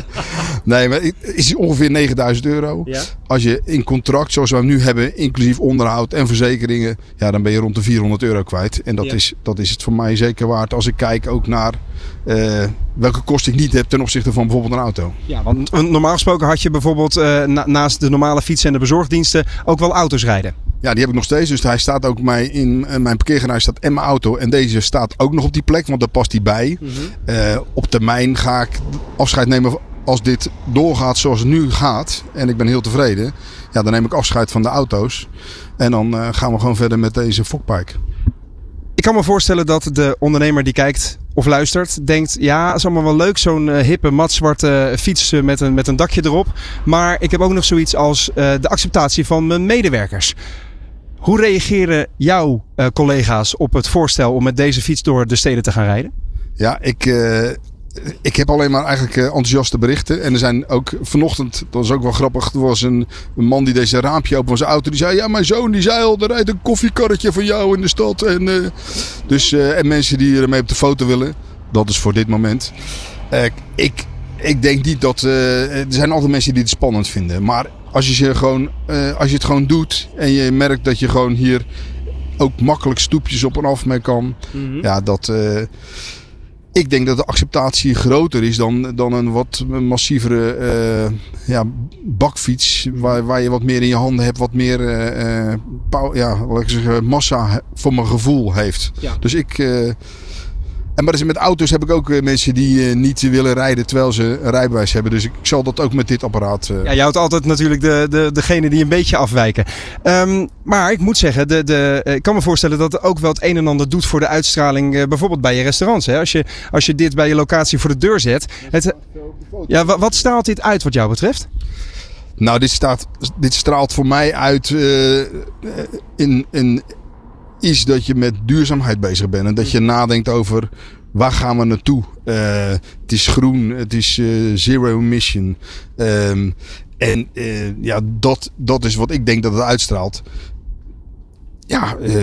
nee, maar het is ongeveer negenduizend euro. Ja? Als je in contract, zoals we hem nu hebben, inclusief onderhoud en verzekeringen, ja, dan ben je rond de vierhonderd euro kwijt. En dat, ja. is, dat is het voor mij zeker waard als ik kijk ook naar uh, welke kosten ik niet heb ten opzichte van bijvoorbeeld een auto. Ja, want normaal gesproken had je bijvoorbeeld uh, na, naast de normale fietsen en de bezorgdiensten ook wel auto's rijden. Ja, die heb ik nog steeds. Dus hij staat ook mij in mijn parkeergarage staat en mijn auto. En deze staat ook nog op die plek, want daar past hij bij. Mm-hmm. Uh, op termijn ga ik afscheid nemen als dit doorgaat zoals het nu gaat. En ik ben heel tevreden. Ja, dan neem ik afscheid van de auto's. En dan uh, gaan we gewoon verder met deze Vogbike. Ik kan me voorstellen dat de ondernemer die kijkt of luistert denkt... ja, het is allemaal wel leuk, zo'n uh, hippe, matzwarte uh, fiets uh, met, een, met een dakje erop. Maar ik heb ook nog zoiets als uh, de acceptatie van mijn medewerkers. Hoe reageren jouw uh, collega's op het voorstel om met deze fiets door de steden te gaan rijden? Ja, ik... Uh... Ik heb alleen maar eigenlijk enthousiaste berichten. En er zijn ook vanochtend, dat was ook wel grappig. Er was een, een man die deze raampje open van zijn auto. Die zei, ja, mijn zoon die zei al, er rijdt een koffiekarretje van jou in de stad. En, uh, dus, uh, en mensen die ermee op de foto willen. Dat is voor dit moment. Uh, ik, ik denk niet dat... Uh, er zijn altijd mensen die het spannend vinden. Maar als je, ze gewoon, uh, als je het gewoon doet. En je merkt dat je gewoon hier ook makkelijk stoepjes op en af mee kan. Mm-hmm. Ja, dat... Uh, Ik denk dat de acceptatie groter is dan, dan een wat massievere uh, ja, bakfiets. Waar, waar je wat meer in je handen hebt. Wat meer uh, power, ja, laat ik zeggen, massa voor mijn gevoel heeft. Ja. Dus ik... Uh, en maar met auto's heb ik ook uh, mensen die uh, niet willen rijden terwijl ze een rijbewijs hebben. Dus ik, ik zal dat ook met dit apparaat... Uh... Ja, je houdt altijd natuurlijk de, de, degene die een beetje afwijken. Um, maar ik moet zeggen, de, de, ik kan me voorstellen dat het ook wel het een en ander doet voor de uitstraling. Uh, bijvoorbeeld bij je restaurants. Hè? Als, je, als je dit bij je locatie voor de deur zet. Het, ja, wat, wat straalt dit uit wat jou betreft? Nou, dit, staat, dit straalt voor mij uit uh, in... in is dat je met duurzaamheid bezig bent. En dat je nadenkt over waar gaan we naartoe? Uh, het is groen, het is uh, zero emission. Um, en uh, ja, dat, dat is wat ik denk dat het uitstraalt. Ja, uh,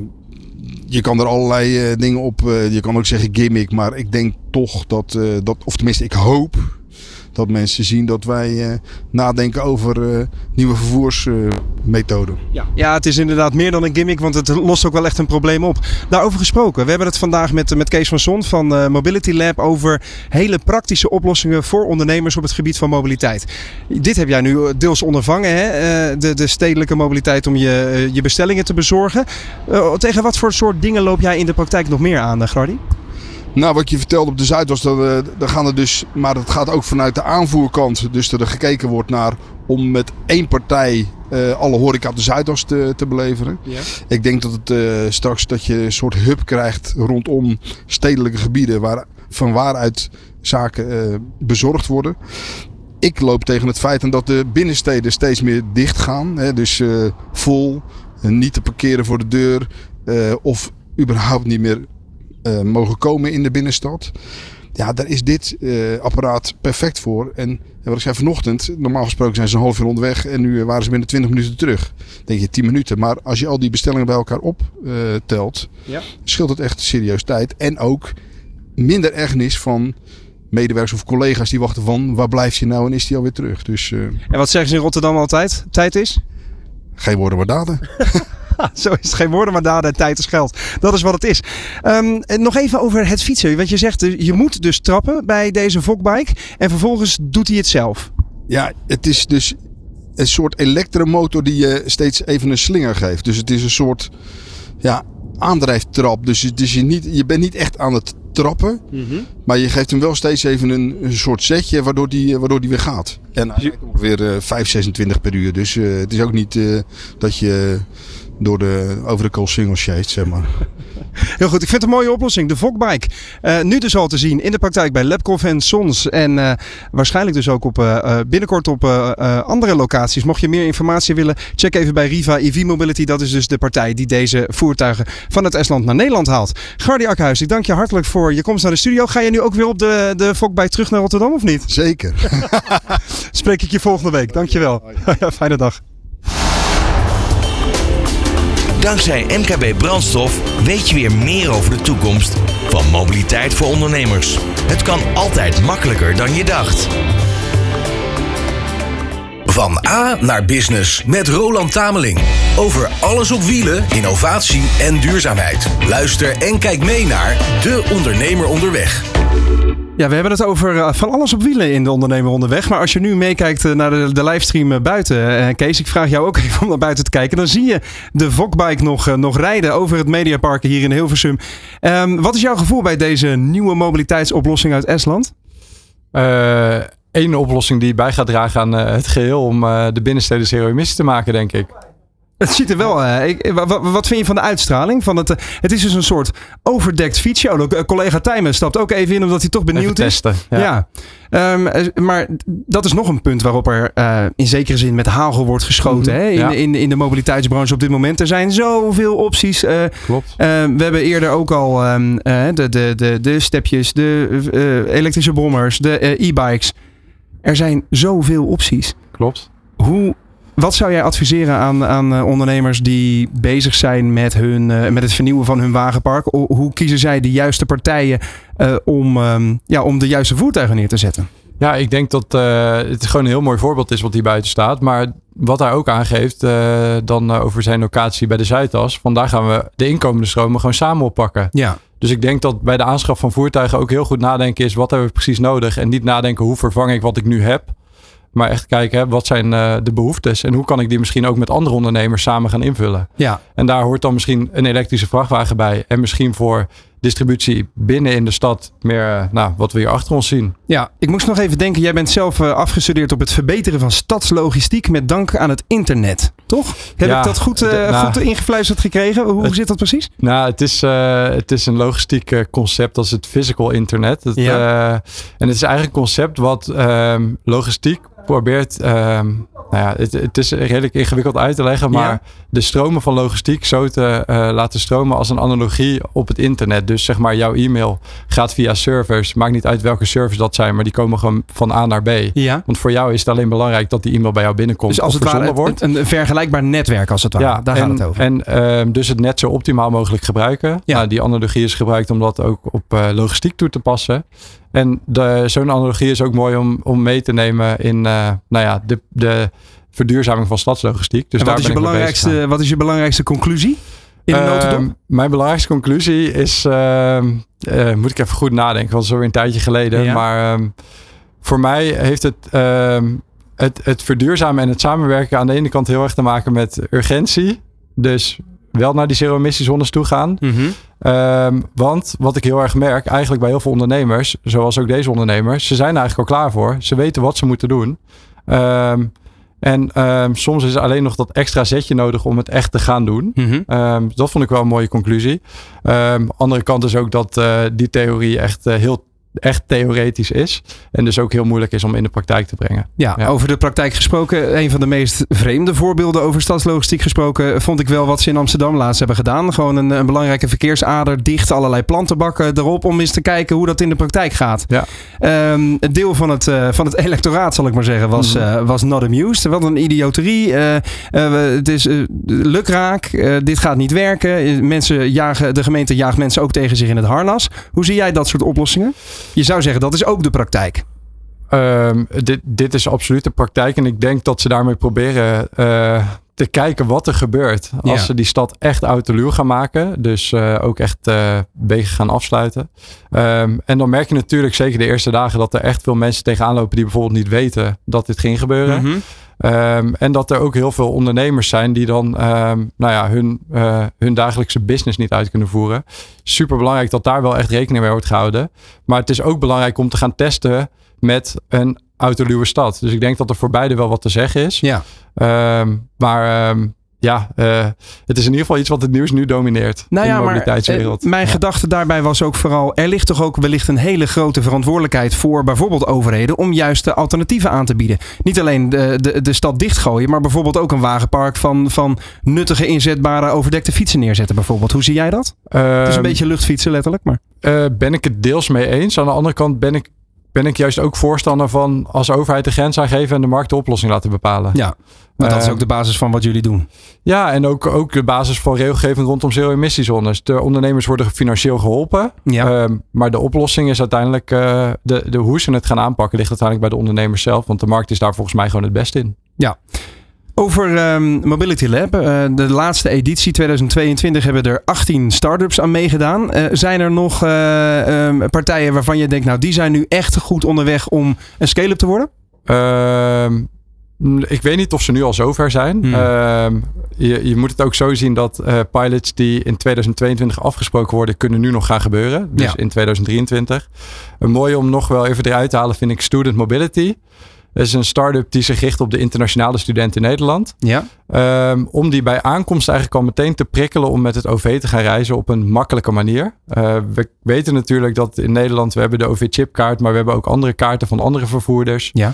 je kan er allerlei uh, dingen op, uh, je kan ook zeggen gimmick, maar ik denk toch dat, uh, dat of tenminste ik hoop dat mensen zien dat wij uh, nadenken over uh, nieuwe vervoersmethoden. Uh, ja. ja, het is inderdaad meer dan een gimmick, want het lost ook wel echt een probleem op. Daarover gesproken, we hebben het vandaag met, met Kees van Son van uh, Mobility Lab over hele praktische oplossingen voor ondernemers op het gebied van mobiliteit. Dit heb jij nu deels ondervangen, hè? Uh, de, de stedelijke mobiliteit om je, uh, je bestellingen te bezorgen. Uh, tegen wat voor soort dingen loop jij in de praktijk nog meer aan, uh, Gardy? Nou, wat je vertelde op de Zuidas, dan, uh, dan gaan er dus, maar dat gaat ook vanuit de aanvoerkant. Dus dat er gekeken wordt naar om met één partij uh, alle horeca op de Zuidas te, te beleveren. Ja. Ik denk dat het uh, straks dat je een soort hub krijgt rondom stedelijke gebieden waar, van waaruit zaken uh, bezorgd worden. Ik loop tegen het feit dat de binnensteden steeds meer dicht gaan. Hè, dus uh, vol, uh, niet te parkeren voor de deur uh, of überhaupt niet meer Uh, mogen komen in de binnenstad. Ja, daar is dit uh, apparaat perfect voor. En, en wat ik zei vanochtend, normaal gesproken zijn ze een half uur onderweg en nu waren ze binnen twintig minuten terug. Dan denk je tien minuten. Maar als je al die bestellingen bij elkaar optelt, uh, ja. scheelt het echt serieus tijd. En ook minder ergernis van medewerkers of collega's die wachten van waar blijft je nou en is die alweer terug. Dus, uh, en wat zeggen ze in Rotterdam altijd? Tijd is? Geen woorden maar daden. Zo is het, geen woorden maar daden, tijd is geld. Dat is wat het is. Um, nog even over het fietsen. Want je zegt, je moet dus trappen bij deze Vogbike. En vervolgens doet hij het zelf. Ja, het is dus een soort elektromotor die je steeds even een slinger geeft. Dus het is een soort ja, aandrijftrap. Dus, dus je, niet, je bent niet echt aan het trappen. Mm-hmm. Maar je geeft hem wel steeds even een, een soort zetje waardoor die, waardoor die weer gaat. En hij rijdt ongeveer uh, vijf zesentwintig per uur. Dus uh, het is ook niet uh, dat je door de, over de koolsingels sjeest, zeg maar. Heel goed, ik vind het een mooie oplossing. De Vogbike. Uh, nu dus al te zien in de praktijk bij Labcoff en Sons. En uh, waarschijnlijk dus ook op, uh, binnenkort op uh, uh, andere locaties. Mocht je meer informatie willen, check even bij Riva E V Mobility. Dat is dus de partij die deze voertuigen van het Estland naar Nederland haalt. Gardy Akhuis, ik dank je hartelijk voor je komst naar de studio. Ga je nu ook weer op de, de Vogbike terug naar Rotterdam of niet? Zeker. Spreek ik je volgende week. Dank je wel. Ja, fijne dag. Dankzij M K B Brandstof weet je weer meer over de toekomst van mobiliteit voor ondernemers. Het kan altijd makkelijker dan je dacht. Van A naar Business met Roland Tameling. Over alles op wielen, innovatie en duurzaamheid. Luister en kijk mee naar De Ondernemer Onderweg. Ja, we hebben het over uh, van alles op wielen in De Ondernemer Onderweg. Maar als je nu meekijkt uh, naar de, de livestream uh, buiten. Uh, Kees, ik vraag jou ook even om naar buiten te kijken. Dan zie je de Vogbike nog, uh, nog rijden over het Mediapark hier in Hilversum. Um, wat is jouw gevoel bij deze nieuwe mobiliteitsoplossing uit Estland? Uh, Eén oplossing die bij gaat dragen aan uh, het geheel om uh, de binnensteden zero-emissie te maken, denk ik. Het ziet er wel... Uh, ik, wat, wat vind je van de uitstraling? Van het, uh, het is dus een soort overdekt fietsje. Oh, de, uh, collega Tijmen stapt ook even in omdat hij toch benieuwd even testen, is. Ja. ja. Um, uh, maar dat is nog een punt waarop er uh, in zekere zin met hagel wordt geschoten. Mm-hmm. Hè? In, ja. in, in de mobiliteitsbranche op dit moment. Er zijn zoveel opties. Uh, Klopt. Uh, we hebben eerder ook al um, uh, de, de, de, de stepjes, de uh, elektrische brommers, de uh, e-bikes. Er zijn zoveel opties. Klopt. Hoe... Wat zou jij adviseren aan, aan uh, ondernemers die bezig zijn met, hun, uh, met het vernieuwen van hun wagenpark? O, hoe kiezen zij de juiste partijen uh, om, um, ja, om de juiste voertuigen neer te zetten? Ja, ik denk dat uh, het gewoon een heel mooi voorbeeld is wat hier buiten staat. Maar wat hij ook aangeeft, uh, dan uh, over zijn locatie bij de Zuidas. Vandaar gaan we de inkomende stromen gewoon samen oppakken. Ja. Dus ik denk dat bij de aanschaf van voertuigen ook heel goed nadenken is, wat hebben we precies nodig? En niet nadenken, hoe vervang ik wat ik nu heb? Maar echt kijken, hè, wat zijn uh, de behoeftes? En hoe kan ik die misschien ook met andere ondernemers samen gaan invullen? Ja. En daar hoort dan misschien een elektrische vrachtwagen bij. En misschien voor distributie binnen in de stad meer uh, nou, wat we hier achter ons zien. Ja, ik moest nog even denken. Jij bent zelf uh, afgestudeerd op het verbeteren van stadslogistiek met dank aan het internet. Toch? Heb ja, ik dat goed, uh, de, nou, goed ingefluisterd gekregen? Hoe het, zit dat precies? Nou, het is, uh, het is een logistiek uh, concept als het physical internet. Het, ja. uh, en het is eigenlijk een concept wat um, logistiek probeert... Um, nou ja, het, het is redelijk ingewikkeld uit te leggen, maar ja. de stromen van logistiek zo te uh, laten stromen als een analogie op het internet. Dus zeg maar, jouw e-mail gaat via servers. Maakt niet uit welke servers dat zijn, maar die komen gewoon van A naar B. Ja. Want voor jou is het alleen belangrijk dat die e-mail bij jou binnenkomt. Dus als het ware wordt. Een, een vergelijkbaar netwerk als het ware. Ja, daar en, gaat het over. En uh, dus het net zo optimaal mogelijk gebruiken. Ja. Nou, die analogie is gebruikt om dat ook op uh, logistiek toe te passen. En de, zo'n analogie is ook mooi om, om mee te nemen in uh, nou ja, de, de verduurzaming van stadslogistiek. Dus en wat, daar is je belangrijkste, wat is je belangrijkste conclusie in de uh, notendop? Mijn belangrijkste conclusie is, uh, uh, moet ik even goed nadenken, want het is alweer een tijdje geleden. Ja. Maar um, voor mij heeft het, uh, het, het verduurzamen en het samenwerken aan de ene kant heel erg te maken met urgentie. Dus wel naar die zero-emissiezones toe gaan. Mm-hmm. Um, want wat ik heel erg merk, eigenlijk bij heel veel ondernemers, zoals ook deze ondernemers, ze zijn eigenlijk al klaar voor. Ze weten wat ze moeten doen. Um, en um, soms is er alleen nog dat extra zetje nodig om het echt te gaan doen. Mm-hmm. Um, dat vond ik wel een mooie conclusie. Um, andere kant is ook dat uh, die theorie echt uh, heel echt theoretisch is. En dus ook heel moeilijk is om in de praktijk te brengen. Ja, ja, over de praktijk gesproken. Een van de meest vreemde voorbeelden over stadslogistiek gesproken vond ik wel wat ze in Amsterdam laatst hebben gedaan. Gewoon een, een belangrijke verkeersader dicht, allerlei plantenbakken erop om eens te kijken hoe dat in de praktijk gaat. Ja. Um, het deel van het, uh, van het electoraat, zal ik maar zeggen, was, mm-hmm. uh, was not amused. Wat een idioterie. Uh, uh, het is uh, lukraak. Uh, dit gaat niet werken. Mensen jagen, de gemeente jaagt mensen ook tegen zich in het harnas. Hoe zie jij dat soort oplossingen? Je zou zeggen, dat is ook de praktijk. Um, dit, dit is absoluut de praktijk. En ik denk dat ze daarmee proberen uh, te kijken wat er gebeurt. Als ja. ze die stad echt uit de luw gaan maken. Dus uh, ook echt uh, wegen gaan afsluiten. Um, en dan merk je natuurlijk zeker de eerste dagen dat er echt veel mensen tegenaan lopen die bijvoorbeeld niet weten dat dit ging gebeuren. Mm-hmm. Um, en dat er ook heel veel ondernemers zijn die dan um, nou ja, hun, uh, hun dagelijkse business niet uit kunnen voeren. Super belangrijk dat daar wel echt rekening mee wordt gehouden. Maar het is ook belangrijk om te gaan testen met een autoluwe stad. Dus ik denk dat er voor beide wel wat te zeggen is. Ja. Um, maar um, ja, uh, het is in ieder geval iets wat het nieuws nu domineert nou ja, in de mobiliteitswereld. Maar, uh, mijn ja. gedachte daarbij was ook vooral, er ligt toch ook wellicht een hele grote verantwoordelijkheid voor bijvoorbeeld overheden om juist de alternatieven aan te bieden. Niet alleen de, de, de stad dichtgooien, maar bijvoorbeeld ook een wagenpark van, van nuttige inzetbare overdekte fietsen neerzetten bijvoorbeeld. Hoe zie jij dat? Um, het is een beetje luchtfietsen letterlijk, maar. Uh, ben ik het deels mee eens. Aan de andere kant ben ik Ben ik juist ook voorstander van als overheid de grens aangeven en de markt de oplossing laten bepalen. Ja, maar dat is ook de basis van wat jullie doen. Ja, en ook, ook de basis van regelgeving rondom zero-emissiezones. De ondernemers worden financieel geholpen. Ja. Um, maar de oplossing is uiteindelijk, uh, de, de hoe ze het gaan aanpakken ligt uiteindelijk bij de ondernemers zelf. Want de markt is daar volgens mij gewoon het beste in. Ja. Over um, Mobility Lab, uh, de laatste editie tweeduizend tweeëntwintig hebben er achttien start-ups aan meegedaan. Uh, zijn er nog uh, um, partijen waarvan je denkt, nou die zijn nu echt goed onderweg om een scale-up te worden? Uh, ik weet niet of ze nu al zover zijn. Hmm. Uh, je, je moet het ook zo zien dat uh, pilots die in tweeduizend tweeëntwintig afgesproken worden, kunnen nu nog gaan gebeuren. Dus ja. in tweeduizend drieëntwintig. Een mooie om nog wel even eruit te halen vind ik Student Mobility. Dat is een start-up die zich richt op de internationale studenten in Nederland. Ja. Um, om die bij aankomst eigenlijk al meteen te prikkelen om met het O V te gaan reizen op een makkelijke manier. Uh, we weten natuurlijk dat in Nederland, we hebben de O V-chipkaart, maar we hebben ook andere kaarten van andere vervoerders. Ja.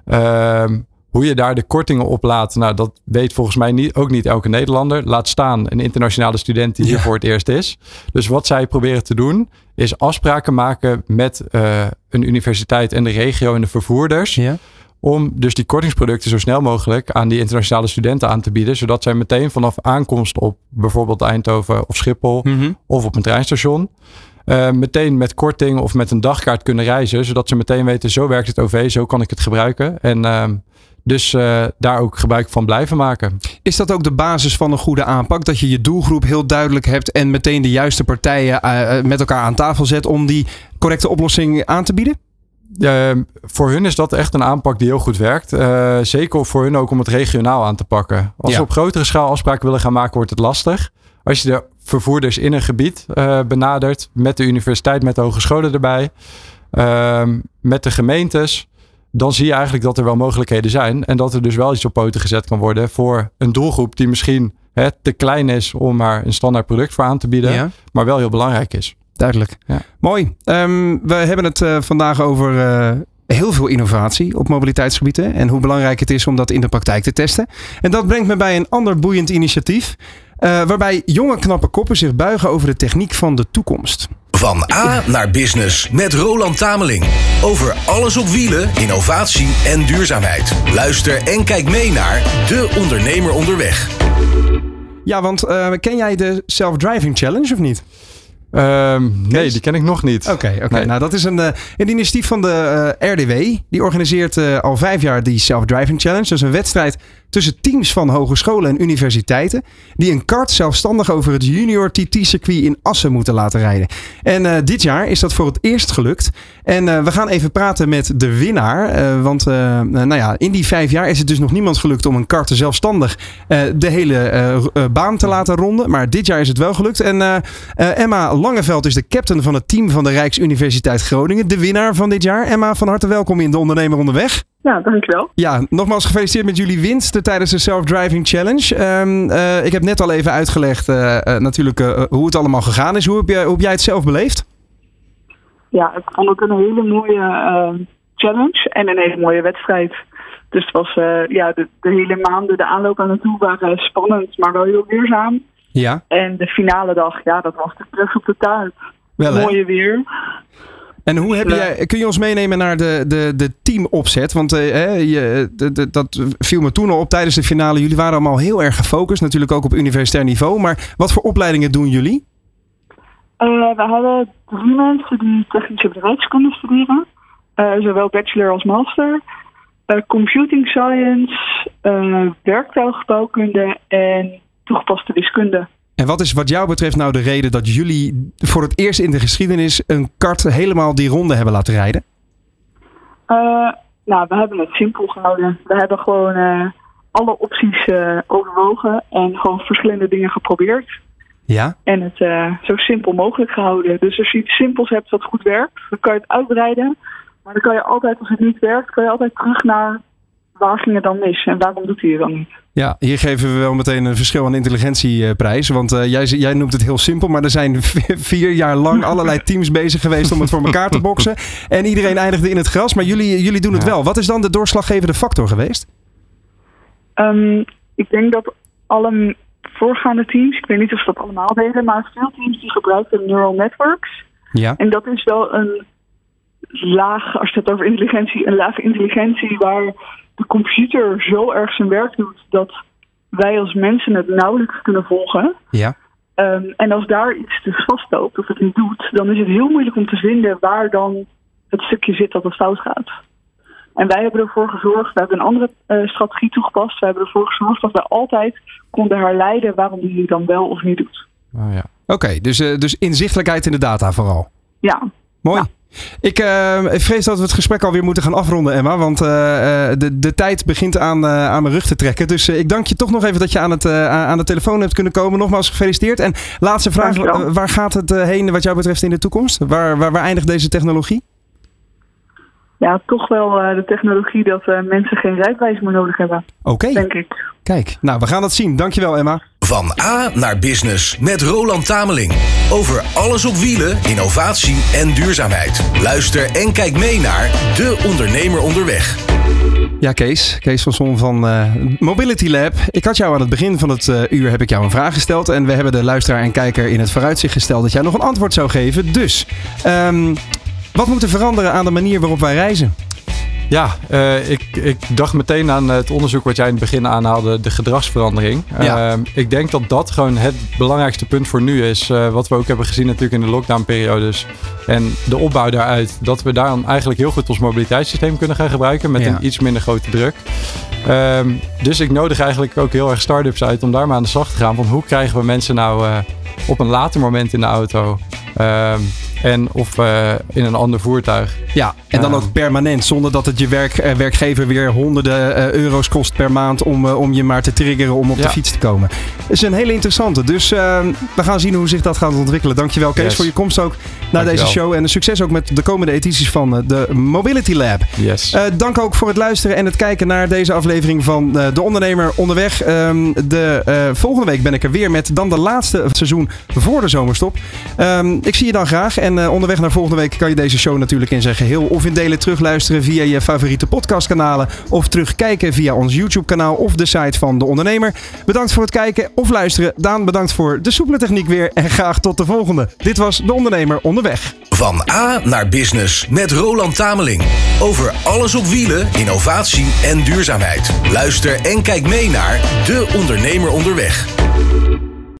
Um, hoe je daar de kortingen op laat, nou dat weet volgens mij niet, ook niet elke Nederlander. Laat staan een internationale student die hier ja. voor het eerst is. Dus wat zij proberen te doen, is afspraken maken met uh, een universiteit en de regio en de vervoerders. Ja. Om dus die kortingsproducten zo snel mogelijk aan die internationale studenten aan te bieden. Zodat zij meteen vanaf aankomst op bijvoorbeeld Eindhoven of Schiphol mm-hmm. of op een treinstation Uh, meteen met korting of met een dagkaart kunnen reizen. Zodat ze meteen weten, zo werkt het O V, zo kan ik het gebruiken. En uh, dus uh, daar ook gebruik van blijven maken. Is dat ook de basis van een goede aanpak? Dat je je doelgroep heel duidelijk hebt en meteen de juiste partijen uh, met elkaar aan tafel zet om die correcte oplossing aan te bieden? Uh, voor hun is dat echt een aanpak die heel goed werkt. Uh, zeker voor hun ook om het regionaal aan te pakken. Als ja. we op grotere schaal afspraken willen gaan maken, wordt het lastig. Als je de vervoerders in een gebied uh, benadert, met de universiteit, met de hogescholen erbij, uh, met de gemeentes, dan zie je eigenlijk dat er wel mogelijkheden zijn. En dat er dus wel iets op poten gezet kan worden voor een doelgroep die misschien hè, te klein is om maar een standaard product voor aan te bieden. Ja. Maar wel heel belangrijk is. Duidelijk. Ja. Mooi. Um, we hebben het uh, vandaag over uh, heel veel innovatie op mobiliteitsgebieden. En hoe belangrijk het is om dat in de praktijk te testen. En dat brengt me bij een ander boeiend initiatief. Uh, waarbij jonge knappe koppen zich buigen over de techniek van de toekomst. Van A naar Business met Roland Tameling. Over alles op wielen, innovatie en duurzaamheid. Luister en kijk mee naar De Ondernemer Onderweg. Ja, want uh, ken jij de Self-Driving Challenge of niet? Um, nee, die ken ik nog niet. Oké, okay, okay. nee. Nou dat is een, uh, een initiatief van de uh, R D W. Die organiseert uh, al vijf jaar die Self-Driving Challenge. Dat is een wedstrijd tussen teams van hogescholen en universiteiten die een kart zelfstandig over het junior T T-circuit in Assen moeten laten rijden. En uh, dit jaar is dat voor het eerst gelukt. En uh, we gaan even praten met de winnaar. Uh, want uh, uh, nou ja, in die vijf jaar is het dus nog niemand gelukt om een kart zelfstandig uh, de hele uh, uh, baan te laten ronden. Maar dit jaar is het wel gelukt. En uh, uh, Emma Langeveld is de captain van het team van de Rijksuniversiteit Groningen. De winnaar van dit jaar. Emma, van harte welkom in De Ondernemer Onderweg. Ja, dankjewel. Ja, nogmaals gefeliciteerd met jullie winst tijdens de Self-Driving Challenge. Um, uh, ik heb net al even uitgelegd uh, uh, natuurlijk uh, hoe het allemaal gegaan is. Hoe heb, je, hoe heb jij het zelf beleefd? Ja, ik vond het een hele mooie uh, challenge en een hele mooie wedstrijd. Dus het was uh, ja, de, de hele maanden, de aanloop aan naartoe waren spannend, maar wel heel duurzaam. Ja. En de finale dag, ja, dat was de terug op de taart. Wel, mooie weer. En hoe heb jij, kun je ons meenemen naar de, de, de teamopzet? Want uh, je, de, de, dat viel me toen al op tijdens de finale. Jullie waren allemaal heel erg gefocust. Natuurlijk ook op universitair niveau. Maar wat voor opleidingen doen jullie? Uh, we hadden drie mensen die technische bedrijfskunde studeren. Uh, zowel bachelor als master. Uh, computing science, uh, werktuigbouwkunde en toegepaste wiskunde. En wat is wat jou betreft nou de reden dat jullie voor het eerst in de geschiedenis een kart helemaal die ronde hebben laten rijden? Uh, nou, we hebben het simpel gehouden. We hebben gewoon uh, alle opties uh, overwogen en gewoon verschillende dingen geprobeerd. Ja. En het uh, zo simpel mogelijk gehouden. Dus als je iets simpels hebt wat goed werkt, dan kan je het uitbreiden. Maar dan kan je altijd, als het niet werkt, kan je altijd terug naar waar ging het dan mis en waarom doet hij het dan niet? Ja, hier geven we wel meteen een verschil aan intelligentieprijs. Want uh, jij, jij noemt het heel simpel, maar er zijn vier jaar lang allerlei teams bezig geweest om het voor elkaar te boksen. En iedereen eindigde in het gras, maar jullie, jullie doen het wel. Wat is dan de doorslaggevende factor geweest? Um, ik denk dat alle voorgaande teams, ik weet niet of ze dat allemaal deden, maar veel teams die gebruikten neural networks. Ja. En dat is wel een laag, als je het over intelligentie, een lage intelligentie waar de computer zo erg zijn werk doet dat wij als mensen het nauwelijks kunnen volgen. Ja. Um, en als daar iets dus vastloopt of het niet doet, dan is het heel moeilijk om te vinden waar dan het stukje zit dat het fout gaat. En wij hebben ervoor gezorgd, we hebben een andere uh, strategie toegepast. We hebben ervoor gezorgd dat we altijd konden herleiden waarom die het dan wel of niet doet. Oh ja. Oké, okay, dus, uh, dus inzichtelijkheid in de data vooral. Ja. Mooi. Ja. Ik uh, vrees dat we het gesprek alweer moeten gaan afronden, Emma. Want uh, de, de tijd begint aan, uh, aan mijn rug te trekken. Dus uh, ik dank je toch nog even dat je aan, het, uh, aan de telefoon hebt kunnen komen. Nogmaals gefeliciteerd. En laatste vraag. Uh, waar gaat het uh, heen wat jou betreft in de toekomst? Waar, waar, waar eindigt deze technologie? Ja, toch wel uh, de technologie dat uh, mensen geen rijbewijs meer nodig hebben. Oké. Okay. Denk ik. Kijk, nou we gaan dat zien. Dankjewel, Emma. Van A naar Business met Roland Tameling. Over alles op wielen, innovatie en duurzaamheid. Luister en kijk mee naar De Ondernemer Onderweg. Ja, Kees. Kees van Son van uh, Mobility Lab. Ik had jou aan het begin van het uh, uur heb ik jou een vraag gesteld. En we hebben de luisteraar en kijker in het vooruitzicht gesteld dat jij nog een antwoord zou geven. Dus, um, wat moet er veranderen aan de manier waarop wij reizen? Ja, uh, ik, ik dacht meteen aan het onderzoek wat jij in het begin aanhaalde, de gedragsverandering. Ja. Uh, ik denk dat dat gewoon het belangrijkste punt voor nu is. Uh, wat we ook hebben gezien natuurlijk in de lockdownperiodes. En de opbouw daaruit, dat we daar dan eigenlijk heel goed ons mobiliteitssysteem kunnen gaan gebruiken met ja. een iets minder grote druk. Uh, dus ik nodig eigenlijk ook heel erg start-ups uit om daar maar aan de slag te gaan. Van hoe krijgen we mensen nou uh, op een later moment in de auto Uh, en of uh, in een ander voertuig. Ja, en dan uh, ook permanent. Zonder dat het je werk, uh, werkgever weer honderden uh, euro's kost per maand om, uh, om je maar te triggeren om op ja. de fiets te komen. Dat is een hele interessante. Dus uh, we gaan zien hoe zich dat gaat ontwikkelen. Dankjewel Kees yes. voor je komst ook naar Dankjewel. deze show. En succes ook met de komende edities van uh, de Mobility Lab. Yes. Uh, dank ook voor het luisteren en het kijken naar deze aflevering van uh, De Ondernemer Onderweg. Um, de, uh, volgende week ben ik er weer met dan de laatste seizoen voor de zomerstop. Um, ik zie je dan graag. En uh, onderweg naar volgende week kan je deze show natuurlijk in zijn geheel of in delen terugluisteren via je favoriete podcastkanalen. Of terugkijken via ons YouTube kanaal of de site van De Ondernemer. Bedankt voor het kijken of luisteren. Daan, bedankt voor de soepele techniek weer. En graag tot de volgende. Dit was De Ondernemer Onderweg. Van A naar Business met Roland Tameling. Over alles op wielen, innovatie en duurzaamheid. Luister en kijk mee naar De Ondernemer Onderweg.